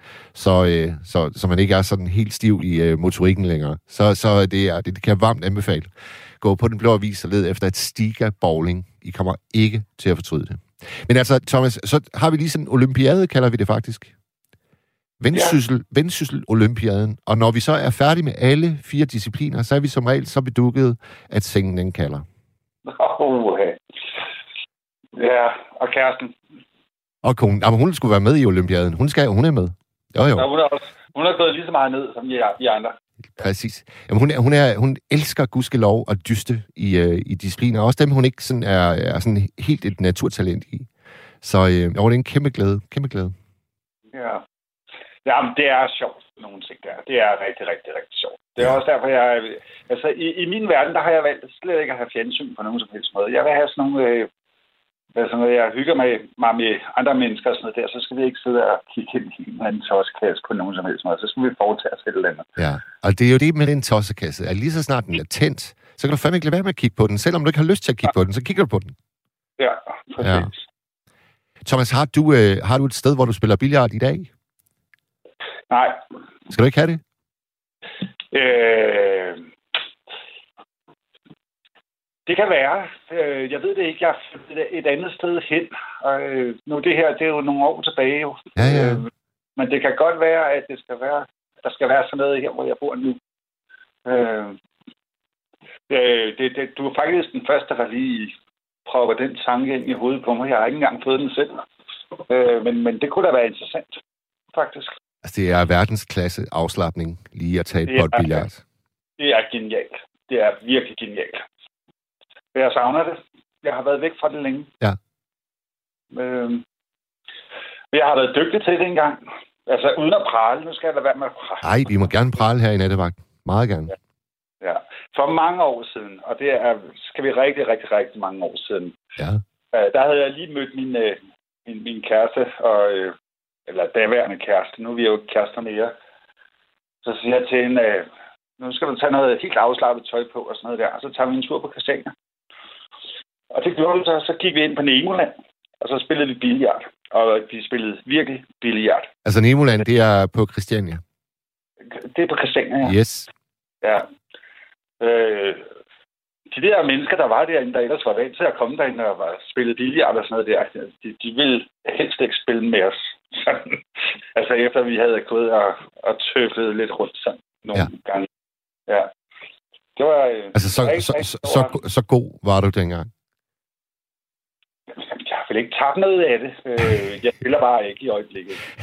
så man ikke er sådan helt stiv i motorikken længere. Så det kan jeg varmt anbefale. Gå på den blå avis og led efter et Stiga bowling. I kommer ikke til at fortryde det. Men altså, Thomas, så har vi lige sådan en olympiade, kalder vi det faktisk. Vendsyssel Olympiaden. Og når vi så er færdige med alle 4 discipliner, så er vi som regel så bedukket, at sengen den kalder. Ja, og kæresten. Og konen. Jamen, hun skulle være med i Olympiaden. Hun er med. Jo. Ja, hun er gået lige så meget ned, som vi andre. Præcis. Jamen, hun elsker gudskelov og dyste i discipliner. Også dem, hun ikke sådan er sådan helt et naturtalent i. Så det er en kæmpe glæde. Ja. Jamen, det er sjovt, nogle ting der. Det er rigtig, rigtig, rigtig sjovt. Det er også derfor, i min verden, der har jeg valgt slet ikke at have fjernsyn på nogen som helst måde. Jeg vil have sådan nogle Altså, når jeg hygger mig med andre mennesker og sådan noget der, så skal vi ikke sidde og kigge ind i en eller anden tossekasse på nogen som helst måde. Så skal vi foretage os et eller andet. Ja, og det er jo det med den tossekasse, at lige så snart den er tændt, så kan du fandme ikke lade være med at kigge på den. Selvom du ikke har lyst til at kigge på den, så kigger du på den. Ja, præcis. Ja. Thomas, har du et sted, hvor du spiller billard i dag? Nej. Skal du ikke have det? Det kan være. Jeg ved det ikke. Jeg er et andet sted hen. Og nu det her, det er jo nogle år tilbage. Jo. Ja. Men det kan godt være, at der skal være sådan noget her, hvor jeg bor nu. Du er faktisk den første, der lige propper den tanke ind i hovedet på mig. Jeg har ikke engang fået den selv. Men det kunne da være interessant, faktisk. Altså, det er verdensklasse afslapning lige at tage et boldbillard. Det er genialt. Det er virkelig genialt. Jeg savner det. Jeg har været væk fra det længe. Ja. Jeg har været dygtig til det engang. Altså, uden at prale. Nu skal jeg da være med at prale. Nej, vi må gerne prale her i Nattevagt. Meget gerne. Ja. For mange år siden, og det skal vi rigtig, rigtig, rigtig mange år siden. Ja. Der havde jeg lige mødt min kæreste, eller daværende kæreste. Nu er vi jo ikke kærester mere. Så siger jeg til hende, nu skal du tage noget helt afslappet tøj på og sådan noget der. Og så tager vi en tur på Christiania. Og det gjorde vi så gik vi ind på Nemoland, og så spillede vi billard. Og vi spillede virkelig billard. Altså Nemoland, det er på Christiania? Det er på Christiania, ja. Yes. Ja. De der mennesker, der var derinde, der ellers var vant til at komme derinde og spille billard og sådan noget der, de ville helst ikke spille med os. Altså efter vi havde gået og tøffet lidt rundt sådan nogle gange. Ja. Det var... Altså så god var du dengang? Jeg har vel ikke tabt noget af det. Jeg spiller bare ikke i øjeblikket. Så,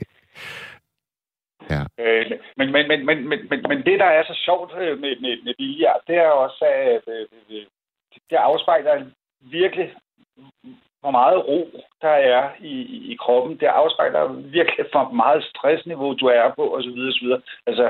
ja. Men det, der er så sjovt med billard, det er også, at det afspejler virkelig, hvor meget ro der er i kroppen. Det afspejler virkelig, hvor meget stressniveau du er på, osv. Altså,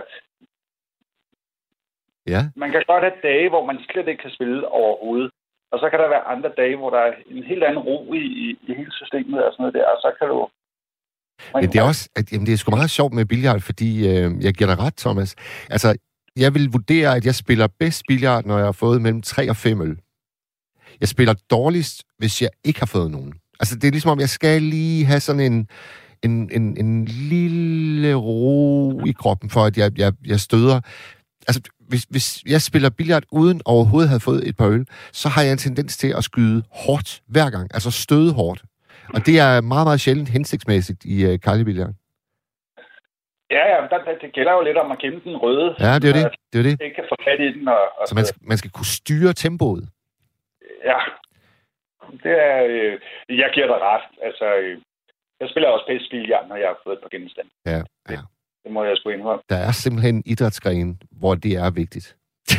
ja. Man kan godt have dage, hvor man slet ikke kan spille overhovedet. Og så kan der være andre dage, hvor der er en helt anden ro i hele systemet og sådan noget der. Og så kan du... Men det er også... det er sgu meget sjovt med billard, fordi jeg giver dig ret, Thomas. Altså, jeg vil vurdere, at jeg spiller bedst billard, når jeg har fået mellem 3 og 5 øl. Jeg spiller dårligst, hvis jeg ikke har fået nogen. Altså, det er ligesom om, jeg skal lige have sådan en lille ro i kroppen, for at jeg støder... Altså, hvis jeg spiller billard uden overhovedet at have fået et par øl, så har jeg en tendens til at skyde hårdt hver gang. Altså støde hårdt. Og det er meget, meget sjældent hensigtsmæssigt i kejlebillard. Ja, det gælder jo lidt om at gemme den røde. Ja, det er det. Det er det. Ikke kan få fat i den. Så man skal kunne styre tempoet. Ja. Det er... jeg giver dig ret. Altså, jeg spiller også bedst billard, når jeg har fået et par genstande. Ja. Det må jeg sgu indrømme. Der er simpelthen idrætsgren, hvor det er vigtigt.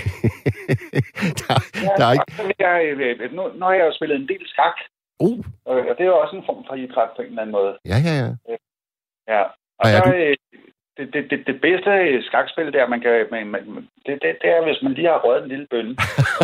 der er ikke... Nu har jeg jo spillet en del skak. Og det er jo også en form for idræt på en eller anden måde. Ja. Ja. Og så det bedste skakspil der, man kan... Det er, hvis man lige har røget en lille bønne.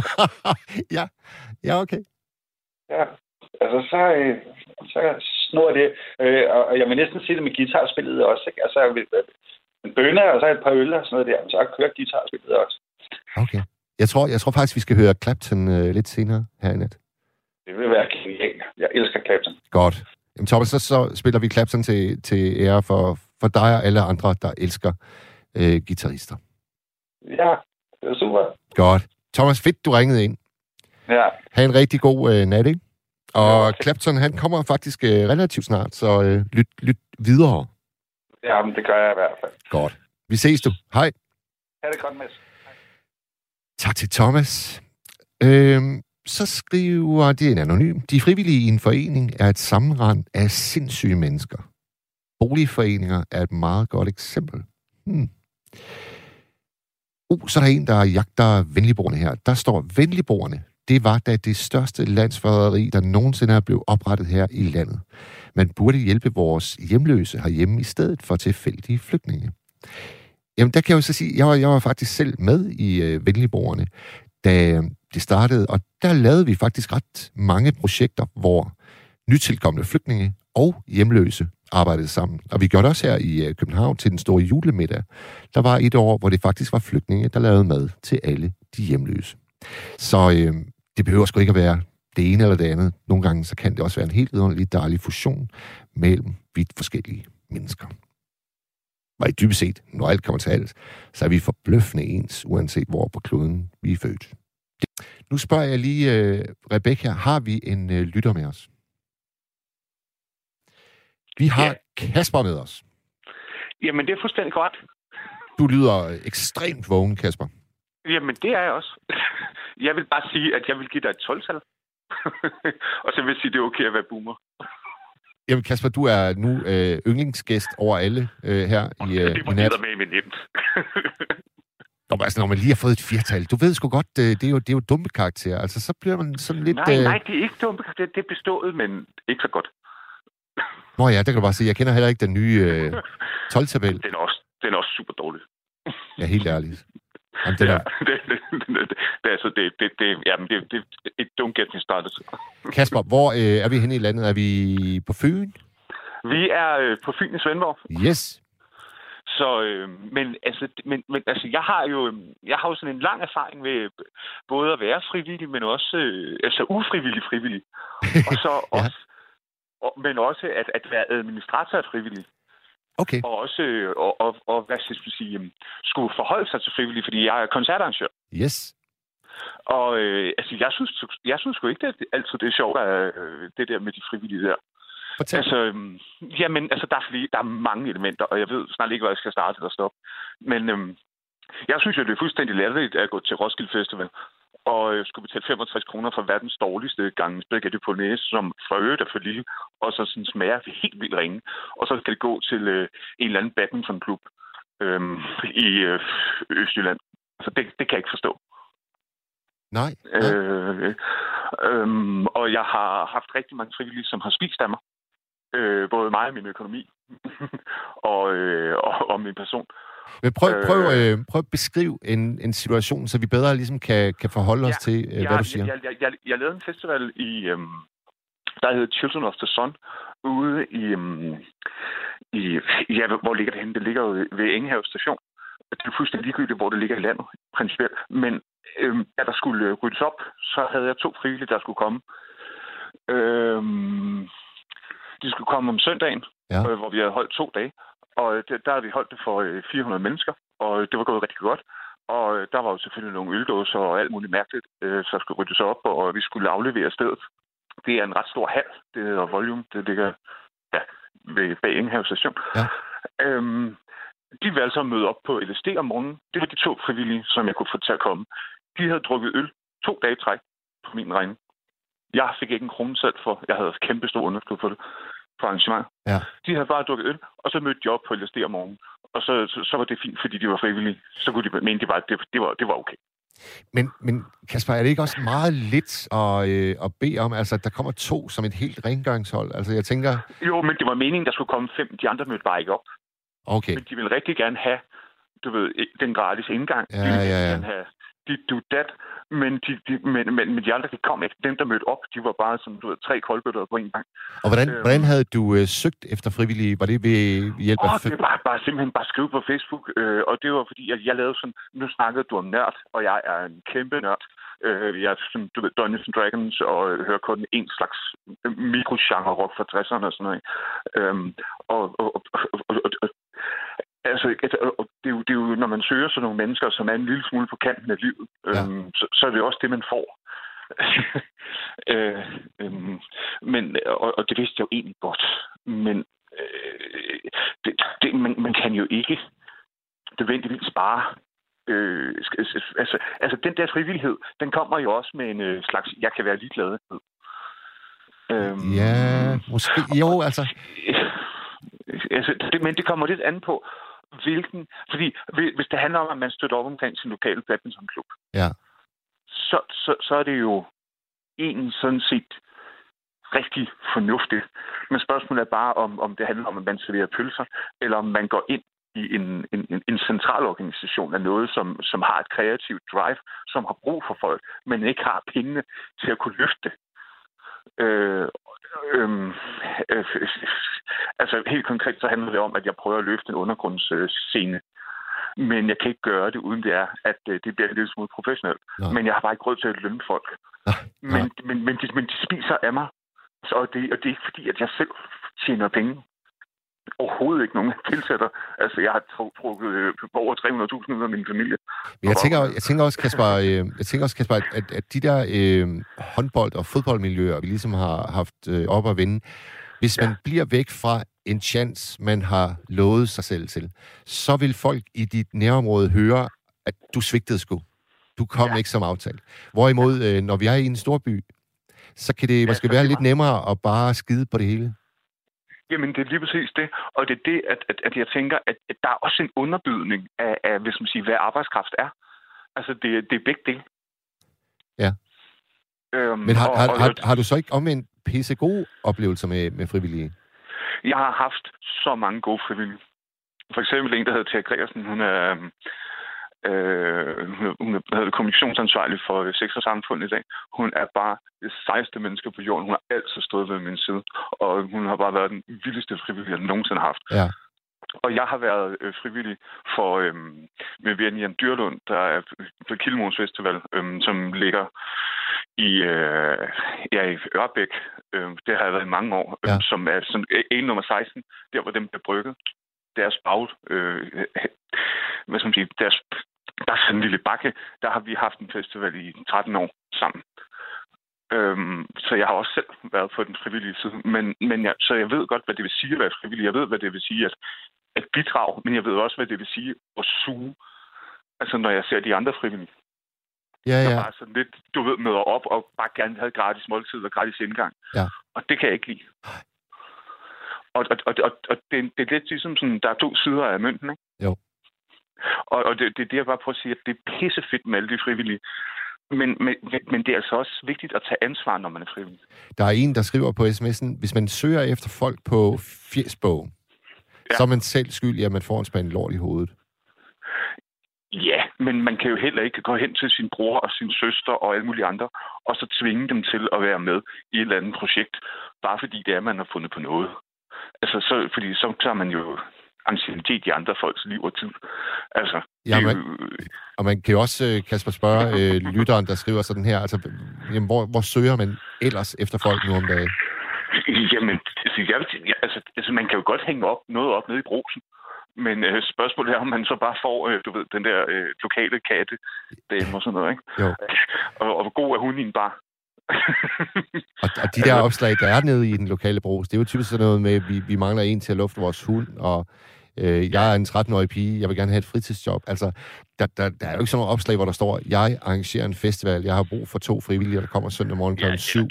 Ja, okay. Ja, altså så snor det. Og jeg vil næsten sige det med guitarspillet også, ikke? Altså, en bønne og så et par øl og sådan noget der, så har kørt guitarspillet også. Okay. Jeg tror faktisk, vi skal høre Clapton lidt senere her i nat. Det vil være genialt. Jeg elsker Clapton. Godt. Jamen Thomas, så spiller vi Clapton til ære for dig og alle andre, der elsker guitarister. Ja, det er super. Godt. Thomas, fedt, du ringede ind. Ja. Ha' en rigtig god nat, ikke? Og Clapton, han kommer faktisk relativt snart, så lyt videre. Ja, men det gør jeg i hvert fald. Godt. Vi ses du. Hej. Ha' det godt, Mads. Tak til Thomas. Så skriver det en anonym. De frivillige i en forening er et sammenrend af sindssyge mennesker. Boligforeninger er et meget godt eksempel. Så er der en, der jagter venligboerne her. Der står venligboerne. Det var da det største landsforræderi, der nogensinde er blevet oprettet her i landet. Man burde hjælpe vores hjemløse herhjemme i stedet for tilfældige flygtninge. Jamen, der kan jeg jo så sige, jeg var faktisk selv med i venligboerne, da det startede, og der lavede vi faktisk ret mange projekter, hvor nytilkommende flygtninge og hjemløse arbejdede sammen. Og vi gjorde det også her i København til den store julemiddag. Der var et år, hvor det faktisk var flygtninge, der lavede mad til alle de hjemløse. Så det behøver sgu ikke at være det ene eller det andet. Nogle gange så kan det også være en helt vidunderlig dejlig fusion mellem vidt forskellige mennesker. Og i dybest set, når alt kommer til alt, så er vi forbløffende ens, uanset hvor på kloden vi er født. Nu spørger jeg lige Rebecca, har vi en lytter med os? Vi har Kasper med os. Jamen, det er fuldstændig korrekt. Du lyder ekstremt vågen, Kasper. Jamen, det er jeg også. Jeg vil bare sige, at jeg vil give dig et 12-tal. Og så vil jeg sige, at det er okay at være boomer. Jamen, Kasper, du er nu yndlingsgæst over alle her i nat. Det var med i min nemt. Når man lige har fået et 4-tal, du ved sgu godt, det er jo dumme karakter. Altså, så bliver man sådan lidt... Nej, det er ikke dumme karakter. Det er bestået, men ikke så godt. Nå ja, det kan du bare sige. Jeg kender heller ikke den nye 12-tabel. Den er også super dårlig. Ja, helt ærligt. Jamen, don't get me started. Kasper, hvor er vi henne i landet? Er vi på Fyn? Vi er på Fyn i Svendborg. Yes. Så, men jeg har jo sådan en lang erfaring med både at være frivillig, men også ufrivillig. Og så også, men også at være administrator af frivillig. Okay. Og også og hvad skal jeg sige, skulle forholde sig til frivillige, fordi jeg er koncertarrangør. Yes. Og jeg synes sgu ikke, at det er sjovt, det der med de frivillige der. Fortæl. Der er mange elementer, og jeg ved snart ikke, hvad jeg skal starte eller stoppe. Men jeg synes jo, det er fuldstændig latterligt at gå til Roskilde Festival og skulle betale 65 kroner for verdens dårligste gang spaghetti bolognese, som for øvrigt er for lille, og så sådan smager helt vildt ringe. Og så skal det gå til en eller anden badmintonklub i Østjylland. Altså, det kan jeg ikke forstå. Nej. Og jeg har haft rigtig mange frivillige, som har spist af mig. Både mig og min økonomi og min person. Men prøv at beskrive en situation, så vi bedre ligesom kan forholde os til, hvad du siger. Jeg lavede en festival der hedder Children of the Sun, ude hvor ligger det henne? Det ligger jo ved Engehave Station. Det er fuldstændig ligegyldigt, hvor det ligger i landet, principielt. Men da der skulle ryddes op, så havde jeg 2 frivillige, der skulle komme. De skulle komme om søndagen, hvor vi havde holdt 2 dage. Og der havde vi holdt det for 400 mennesker, og det var gået rigtig godt. Og der var jo selvfølgelig nogle øldåser og alt muligt mærkeligt, så skulle ryddes op, og vi skulle aflevere stedet. Det er en ret stor hal, det hedder Volume, det ligger ved bag Engehave Station. Ja. De valgte så at møde op på LSD om morgenen. Det var de 2 frivillige, som jeg kunne få til at komme. De havde drukket øl 2 dage træk på min regning. Jeg fik ikke en krone selv for, jeg havde kæmpe stor underskud på det. På arrangement. Ja. De havde bare drukket øl, og så mødte de op på LSD om morgenen. Og så var det fint, fordi de var frivillige. Så kunne de mene, at det var okay. Men Kasper, er det ikke også meget lidt at bede om, altså at der kommer 2 som et helt rengøringshold? Altså jeg tænker... Jo, men det var meningen, der skulle komme 5. De andre mødte bare ikke op. Okay. Men de ville rigtig gerne have, du ved, den gratis indgang. Ja, de ville gerne have men de andre, de kom ikke. Dem, der mødte op, de var bare sådan, du ved, 3 koldbøtter på en gang. Og hvordan havde du søgt efter frivillige? Var det ved hjælp af... Det var simpelthen bare skrive på Facebook. Og det var fordi, at jeg lavede sådan... Nu snakkede du om nørd, og jeg er en kæmpe nørd. Jeg er sådan, du ved, Dungeons & Dragons, og hører kun en slags mikrogenre rock fra 60'erne og sådan noget. Altså, det er jo, når man søger sådan nogle mennesker, som er en lille smule på kanten af livet, så er det også det, man får. Men det vidste jeg jo egentlig godt. Men man kan jo ikke nødvendigvis bare... Altså, den der frivillighed, den kommer jo også med en slags, jeg kan være ligeglad. Ja, måske. Jo, altså... Men det kommer lidt an på, hvilken... Fordi hvis det handler om, at man støtter op omkring sin lokale badmintonklub, så er det jo egentlig sådan set rigtig fornuftigt. Men spørgsmålet er bare, om det handler om, at man serverer pølser, eller om man går ind i en central organisation af noget, som har et kreativt drive, som har brug for folk, men ikke har pengene til at kunne løfte det. Altså helt konkret så handler det om, at jeg prøver at løfte en undergrundsscene. Men jeg kan ikke gøre det, uden det er, at det bliver en lille smule professionelt. Nej. Men jeg har bare ikke råd til at lønne folk. Nej. Men de spiser af mig. Og det er ikke fordi, at jeg selv tjener penge. Overhovedet ikke nogen tilsætter. Altså, jeg har trukket over 300.000 ud af min familie. Men jeg tænker også, Kasper, at de der håndbold- og fodboldmiljøer, vi ligesom har haft op at vinde, hvis man bliver væk fra en chance, man har lovet sig selv til, så vil folk i dit nærområde høre, at du svigtede sgu. Du kom ikke som aftalt. Hvorimod, når vi er i en storby, så kan det måske være lidt nemmere at bare skide på det hele. Jamen, det er lige præcis det. Og det er det, at jeg tænker, at der er også en underbydning af hvis man siger, hvad arbejdskraft er. Altså, det er begge dele. Ja. Men har du så ikke omvendt pisse gode oplevelser med frivillige? Jeg har haft så mange gode frivillige. For eksempel en, der hedder Thea Gregersen. Hun er kommunikationsansvarlig for Sex og Samfund i dag. Hun er bare det sejeste menneske på jorden. Hun har altid stået ved min side. Og hun har bare været den vildeste frivillige, jeg nogensinde har haft. Ja. Og jeg har været frivillig med Jan Dyrlund, der er på Kilmos Festival, som ligger i Ørbæk. Det har jeg været i mange år, som er sådan en nummer 16, der hvor dem bliver brygget. Deres bag, hvad skal man sige, der er sådan en lille bakke, der har vi haft en festival i 13 år sammen. Så jeg har også selv været på den frivillige side. Så jeg ved godt, hvad det vil sige at være frivillig. Jeg ved, hvad det vil sige at bidrage, men jeg ved også, hvad det vil sige at suge. Altså, når jeg ser de andre frivillige. Ja. Der bare sådan lidt, du ved, møder op og bare gerne have gratis måltid og gratis indgang. Ja. Og det kan jeg ikke lide. Og det er lidt ligesom sådan, der er to sider af mønten, ikke? Jo. Og det er det, jeg bare prøver at sige, at det er pissefedt med alle de frivillige. Men det er altså også vigtigt at tage ansvar, når man er frivillig. Der er en, der skriver på sms'en, hvis man søger efter folk på fjesbog, så er man selv skyld i, at man får en spand lort i hovedet. Ja, men man kan jo heller ikke gå hen til sin bror og sin søster og alle mulige andre, og så tvinge dem til at være med i et eller andet projekt, bare fordi det er, man har fundet på noget. Altså, fordi så tager man jo anciennitet i andre folks liv og tid. Altså, og man kan jo også, Kasper, spørge lytteren, der skriver sådan her, altså, jamen, hvor søger man ellers efter folk nu om dagen? Jamen, altså, man kan jo godt hænge noget op nede i Brugsen. Men spørgsmålet er, om man så bare får, du ved, den der lokale katte dame og sådan noget, ikke? Jo. Og hvor god er hun i en bar? og de der opslag, der er nede i den lokale Brugs, det er jo typisk sådan noget med, at vi mangler en til at lufte vores hund, og jeg er en 13-årig pige, jeg vil gerne have et fritidsjob. Altså, der er jo ikke sådan nogle opslag, hvor der står, jeg arrangerer en festival, jeg har brug for 2 frivillige, der kommer søndag morgen kl. 7.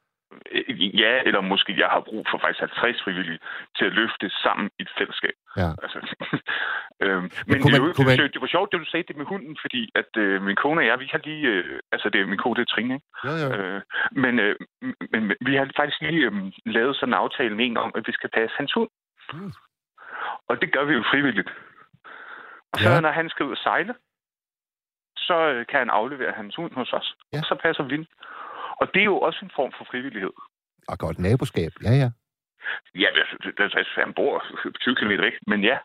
Ja, eller måske jeg har brug for faktisk 50 frivillige til at løfte sammen i et fællesskab. Ja. Altså, men det var sjovt, det du sagde det med hunden, fordi at min kone og jeg, vi har lige... min kone, det er Trine, ikke? Ja. Men vi har faktisk lige lavet sådan en aftale med en om, at vi skal passe hans hund. Mm. Og det gør vi jo frivilligt. Og så når han skal ud og sejle, så kan han aflevere hans hund hos os. Ja. Og så passer vi den. Og det er jo også en form for frivillighed. Og godt naboskab, ja. Ja, han bor 20 km væk, men ja.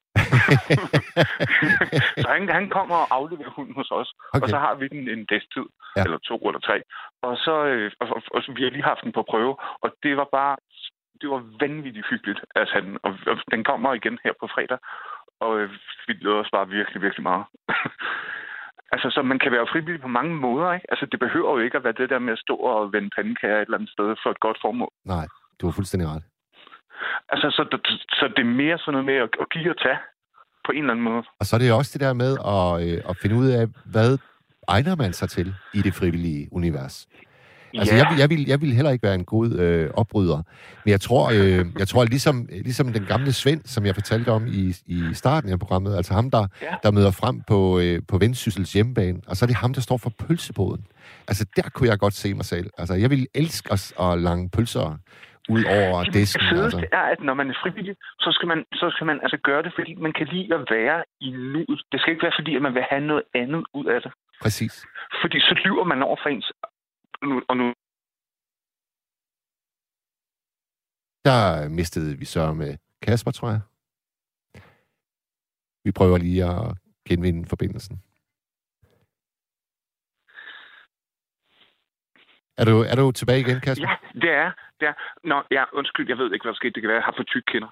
Så han kommer og afleverer hunden hos os, okay. Og så har vi den en dagstid, eller 2 eller 3. Og så vi har lige haft den på prøve, og det var vanvittigt hyggeligt. Altså, og den kommer igen her på fredag, og vi glæder os bare virkelig, virkelig meget. Altså, så man kan være frivillig på mange måder, ikke? Altså, det behøver jo ikke at være det der med at stå og vende pandekager et eller andet sted for et godt formål. Nej, du har fuldstændig ret. Altså, så det er mere sådan noget med at give og tage på en eller anden måde. Og så er det jo også det der med at finde ud af, hvad egner man sig til i det frivillige univers. Altså, jeg vil heller ikke være en god opbryder. Men jeg tror ligesom den gamle Svend, som jeg fortalte om i starten af programmet, altså ham, der møder frem på Vendsyssels hjemmebane, og så er det ham, der står for pølseboden. Altså, der kunne jeg godt se mig selv. Altså, jeg vil elske at lange pølser ud over disken. Det fedeste er, at når man er frivillig, så skal man altså gøre det, fordi man kan lide at være i nuet. Det skal ikke være, fordi at man vil have noget andet ud af det. Præcis. Fordi så lyver man over for ens... Og nu Der mistede vi så med Kasper, tror jeg. Vi prøver lige at genvinde forbindelsen. Er du tilbage igen, Kasper? Ja, det er. Nå, ja, undskyld, jeg ved ikke, hvad der skete. Det kan være, jeg har for tyk kinder.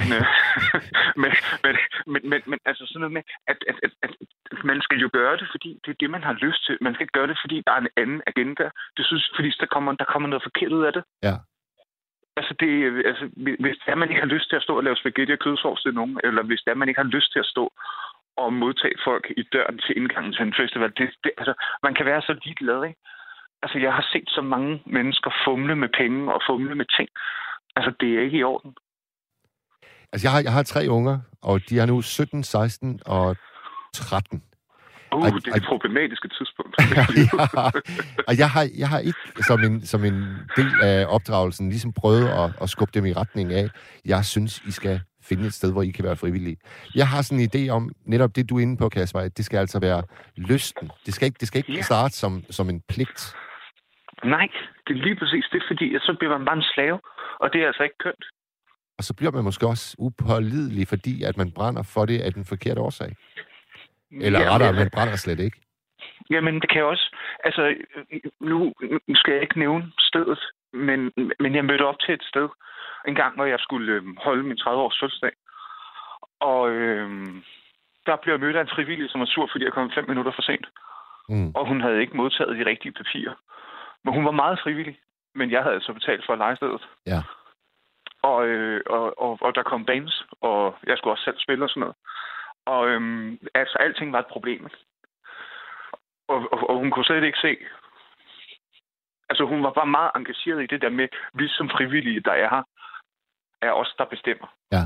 Men altså sådan noget med, at man skal jo gøre det, fordi det er det, man har lyst til. Man skal ikke gøre det, fordi der er en anden agenda. Det synes, fordi der kommer noget forkert ud af det. Ja. Altså, hvis det er, man ikke har lyst til at stå og lave spaghetti og kødsovs til nogen, eller hvis det er, man ikke har lyst til at stå og modtage folk i døren til indgangen til en festival, altså, man kan være så ligeglad, ikke? Altså, jeg har set så mange mennesker fumle med penge og fumle med ting. Altså, det er ikke i orden. Altså, jeg har 3 unger, og de er nu 17, 16 og 13. Det er et problematiske tidspunkt. Og jeg har ikke som en del af opdragelsen ligesom prøvet at skubbe dem i retning af, jeg synes, I skal finde et sted, hvor I kan være frivillige. Jeg har sådan en idé om, netop det, du er inde på, Kasper, at det skal altså være lysten. Det skal ikke starte som en pligt. Nej, det er lige præcis det, fordi så bliver man bare en slave, og det er altså ikke kønt. Og så bliver man måske også upålidelig, fordi at man brænder for det af den forkerte årsag. Eller rettere, man brænder slet ikke. Jamen, det kan jeg også. Altså, nu skal jeg ikke nævne stedet, men jeg mødte op til et sted en gang, hvor jeg skulle holde min 30-års fødselsdag. Og der blev jeg mødt af en frivillig, som var sur, fordi jeg kom 5 minutter for sent. Og hun havde ikke modtaget de rigtige papirer. Men hun var meget frivillig, men jeg havde altså betalt for lejestedet. Ja. Og der kom bands, og jeg skulle også selv spille og sådan noget. Og altså, alting var et problem. Og hun kunne slet ikke se. Altså, hun var bare meget engageret i det der med, vi som frivillige, der er her, er os, der bestemmer. Ja.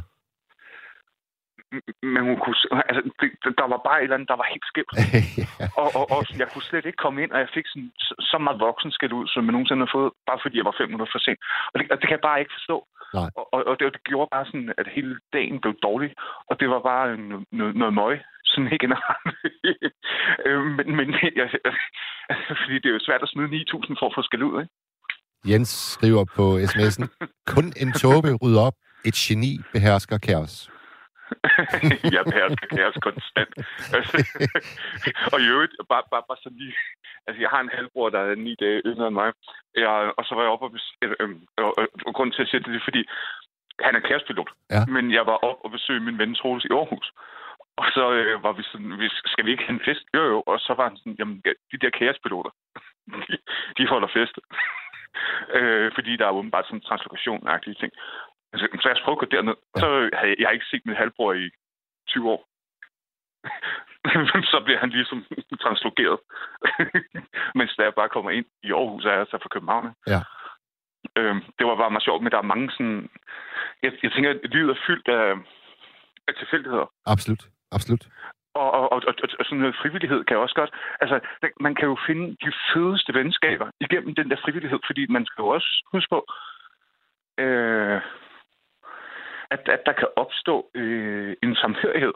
Men hun kunne, altså, der var bare et eller andet, der var helt skævt. Ja. Og jeg kunne slet ikke komme ind, og jeg fik så meget voksenskæld ud, som jeg nogensinde har fået, bare fordi jeg var 5 minutter for sent. Og det kan jeg bare ikke forstå. Nej. Og det gjorde bare sådan, at hele dagen blev dårlig, og det var bare noget møg, sådan helt generelt. men fordi det er jo svært at smide 9.000 for at få skæld ud, ikke? Jens skriver på sms'en, kun en tåbe rydder op, et geni behersker kaos. Jeg behersker kaos konstant. Og i øvrigt, bare sådan lige... Altså, jeg har en halvbror, der er 9 dage yngre end mig. Og så var jeg oppe og grunden til at sige det er, fordi han er kaospilot. Ja. Men jeg var oppe og besøge min ven Troels i Aarhus. Og så var vi sådan, skal vi ikke have en fest? Jo. Og så var han sådan, jamen, de der kaospiloter, de holder fest. Fordi der er åbenbart sådan translokation-agtige ting. Så jeg prøvede at gå derned, og så havde jeg ikke set min halvbror i 20 år. Så bliver han ligesom translokeret. Mens da jeg bare kommer ind i Aarhus, er jeg så fra København. Ja. Det var bare meget sjovt, men der er mange sådan... Jeg tænker, at livet er fyldt af tilfældigheder. Absolut. Og sådan noget frivillighed kan også godt... Altså, man kan jo finde de fedeste venskaber igennem den der frivillighed, fordi man skal jo også huske på... At der kan opstå en samhørighed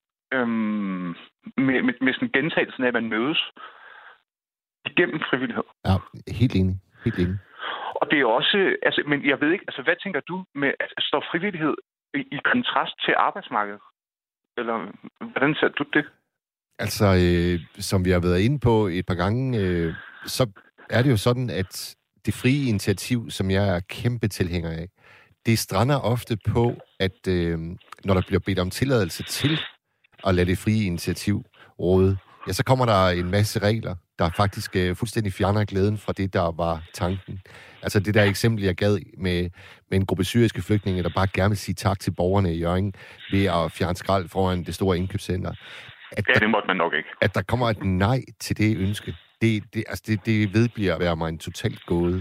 med sådan gentagelsen af, at man mødes igennem frivillighed. Ja, helt enig. Og det er også, altså, men jeg ved ikke, altså, hvad tænker du med, at stå frivillighed i kontrast til arbejdsmarkedet? Eller hvordan ser du det? Altså, som vi har været inde på et par gange, så er det jo sådan, at det frie initiativ, som jeg er kæmpe tilhænger af, det strander ofte på, at når der bliver bedt om tilladelse til at lade det frie initiativ råde, ja, så kommer der en masse regler, der faktisk fuldstændig fjerner glæden fra det, der var tanken. Altså det der eksempel, jeg gav med en gruppe syriske flygtninge, der bare gerne vil sige tak til borgerne i Hjørring ved at fjerne skrald foran det store indkøbscenter. Det måtte man nok ikke. At der kommer et nej til det ønske, det vedbliver at være mig en totalt gåde.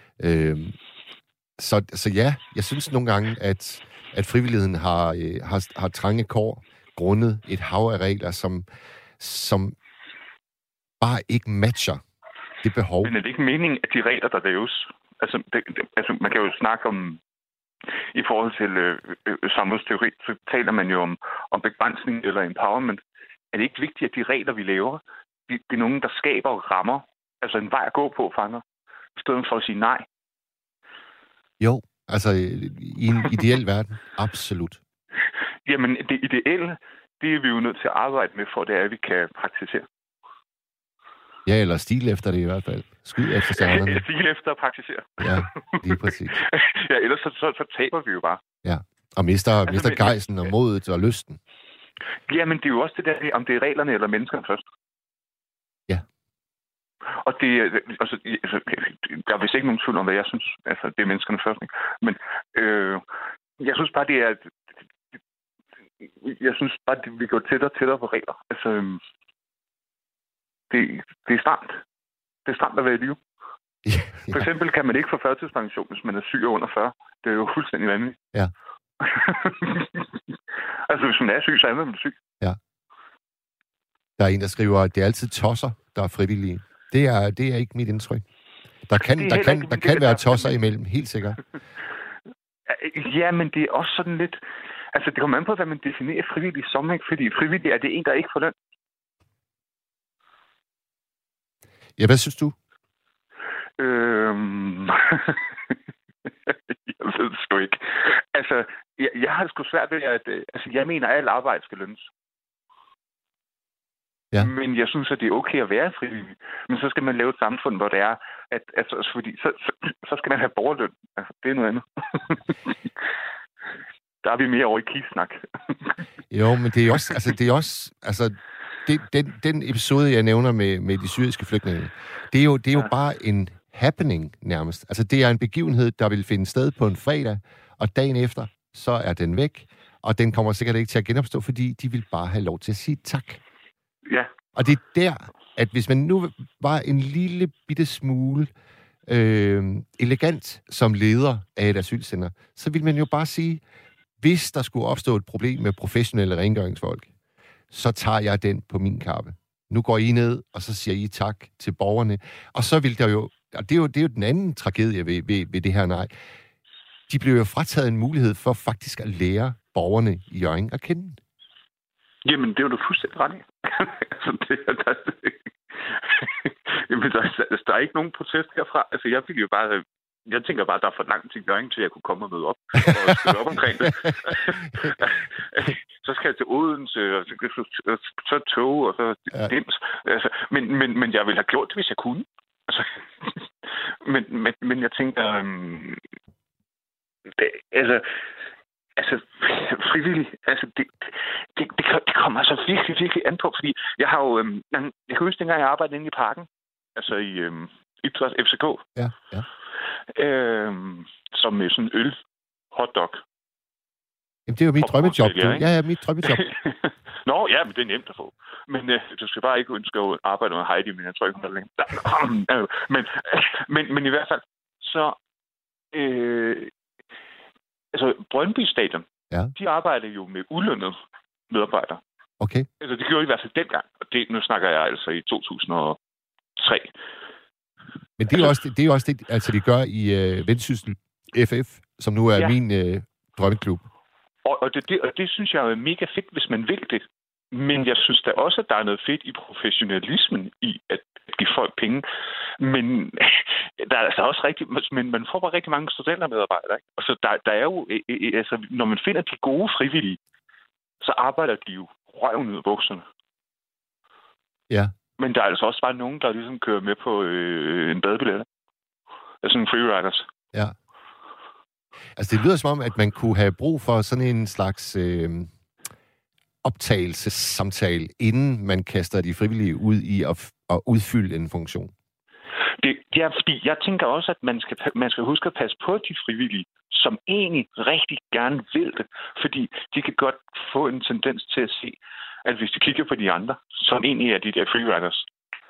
Så ja, jeg synes nogle gange, at frivilligheden har trange kår grundet et hav af regler, som bare ikke matcher det behov. Men er det ikke meningen, at de regler, der laves, altså man kan jo snakke om, i forhold til samfundsteori, så taler man jo om begrænsning eller empowerment. Er det ikke vigtigt, at de regler, vi laver, det er nogen, der skaber rammer, altså en vej at gå på, fanger, i stedet for at sige nej? Jo, Altså, i en ideel verden? Absolut. Jamen, det ideelle, det er vi jo nødt til at arbejde med, for det er, at vi kan praktisere. Ja, eller stil efter det i hvert fald. Skyd efter stjernerne. Stil efter at praktisere. Ja, lige præcis. Ja, ellers så taber vi jo bare. Ja, og mister gejsten og modet og lysten. Jamen, det er jo også det der, om det er reglerne eller menneskerne først. Ja. Og det altså, der er vist ikke nogen tvivl om, hvad jeg synes. Altså, det er menneskerne først, ikke? Men jeg synes bare, det er... Jeg synes bare, at vi går tættere og tættere på regler. Altså, det er stramt. Det er stramt at være i live. Ja. For eksempel kan man ikke få førtidspension, hvis man er syg og under 40. Det er jo fuldstændig vanvittigt. Ja. Altså, hvis man er syg, så er man syg. Ja. Der er en, der skriver, at det er altid tosser, der er frivillige. Det er ikke mit indtryk. Der kan være tosser imellem, helt sikkert. Ja, men det er også sådan lidt... Altså, det kommer an på, hvad man definerer frivillig som, ikke? Fordi frivillig er det en, der ikke får løn. Ja, hvad synes du? Jeg ved det sgu ikke. Altså, jeg har sgu svært ved, at... Altså, jeg mener, at alt arbejde skal lønnes. Ja. Men jeg synes, at det er okay at være frivillig. Men så skal man lave et samfund, hvor det er... Fordi så skal man have borgerløn. Altså, det er noget andet. Der er vi mere over i kissnak. Jo, men det er også... Den episode, jeg nævner med de syriske flygtninge, det er jo bare en happening nærmest. Altså, det er en begivenhed, der vil finde sted på en fredag, og dagen efter, så er den væk, og den kommer sikkert ikke til at genopstå, fordi de vil bare have lov til at sige tak. Ja. Og det er der, at hvis man nu var en lille bitte smule elegant som leder af et asylcenter, så vil man jo bare sige, hvis der skulle opstå et problem med professionelle rengøringsfolk, så tager jeg den på min kappe. Nu går I ned, og så siger I tak til borgerne. Og så vil der jo... Og det er jo den anden tragedie ved det her nej. De blev jo frataget en mulighed for faktisk at lære borgerne i Hjørring at kende. Jamen, det er jo du fuldstændig ret i. Altså, der er ikke nogen protest herfra. Altså, jeg tænker bare, at der er for langt til Hjørring, til jeg kunne komme og møde op og støtte op omkring det. Så skal jeg til Odense, og så tog, og så dims. Altså, men jeg ville have gjort det, hvis jeg kunne. Altså, men jeg tænker... frivillig, altså, det kommer altså virkelig, virkelig an på, fordi jeg har jo... jeg kan huske, dengang jeg arbejdede inde i parken, altså i Idræt FCK. Ja. Som med sådan en øl hotdog. Jamen, det er jo mit drømmejob. Ja, mit drømmejob. Nå, ja, men det er nemt at få. Men du skal bare ikke ønske at arbejde med Heidi, men jeg tror ikke, hun er længe. Men i hvert fald, så... Brøndby Stadion, de arbejder jo med ulønnede medarbejdere. Okay. Altså, det gjorde de i hvert fald dengang. Og nu snakker jeg altså i 2003. Men det er jo også det, altså de gør i Vendsyssel FF, som nu er min drømmeklub. Og det synes jeg er mega fedt, hvis man vil det. Men jeg synes da også, at der er noget fedt i professionalismen i at give folk penge. Men der er altså også men man får bare rigtig mange studentermedarbejdere. Ikke? Og så der er jo, altså, når man finder de gode frivillige, så arbejder de jo røven ud af bukserne. Ja. Men der er altså også bare nogen, der ligesom kører med på en badebillet. Altså en freeriders. Ja. Altså, det lyder som om, at man kunne have brug for sådan en slags optagelsessamtale, inden man kaster de frivillige ud i at udfylde en funktion. Ja, fordi jeg tænker også, at man skal huske at passe på de frivillige, som egentlig rigtig gerne vil det. Fordi de kan godt få en tendens til at se, at hvis de kigger på de andre, som egentlig er de der freeriders,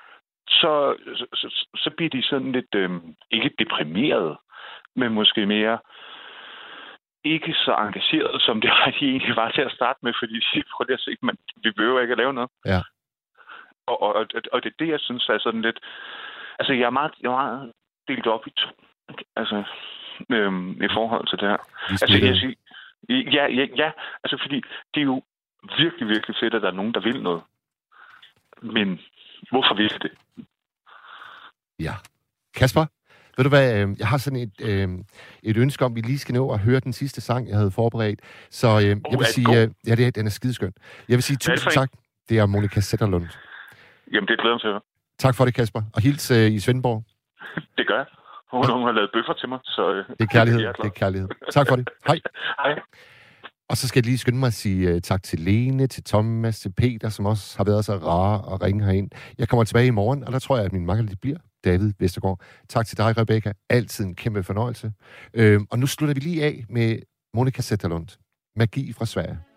så bliver de sådan lidt, ikke deprimeret, men måske mere ikke så engageret, som det var, de egentlig var til at starte med, fordi prøv lige at se, vi behøver ikke at lave noget. Ja. Og det er det, jeg synes er sådan lidt... Altså, jeg er meget delt op i to, altså, i forhold til det her. Altså, jeg siger, ja, altså, fordi det er jo virkelig, virkelig fedt, at der er nogen, der vil noget. Men hvorfor vil det? Ja. Kasper, Ved du hvad, jeg har sådan et ønske om, at vi lige skal nå at høre den sidste sang, jeg havde forberedt. Så jeg vil sige, den er skideskøn. Jeg vil sige tusind tak. Det er Monica Zetterlund. Jamen, det glæder mig til at høre. Tak for det, Kasper. Og hils i Svendborg. Det gør jeg. Hun har lavet bøffer til mig, så... Det er kærlighed. Det er kærlighed. Tak for det. Hej. Hej. Og så skal jeg lige skynde mig at sige tak til Lene, til Thomas, til Peter, som også har været så rare at ringe herind. Jeg kommer tilbage i morgen, og der tror jeg, at min makker lidt bliver David Vestergaard. Tak til dig, Rebecca. Altid en kæmpe fornøjelse. Og nu slutter vi lige af med Monica Zetterlund. Magi fra Sverige.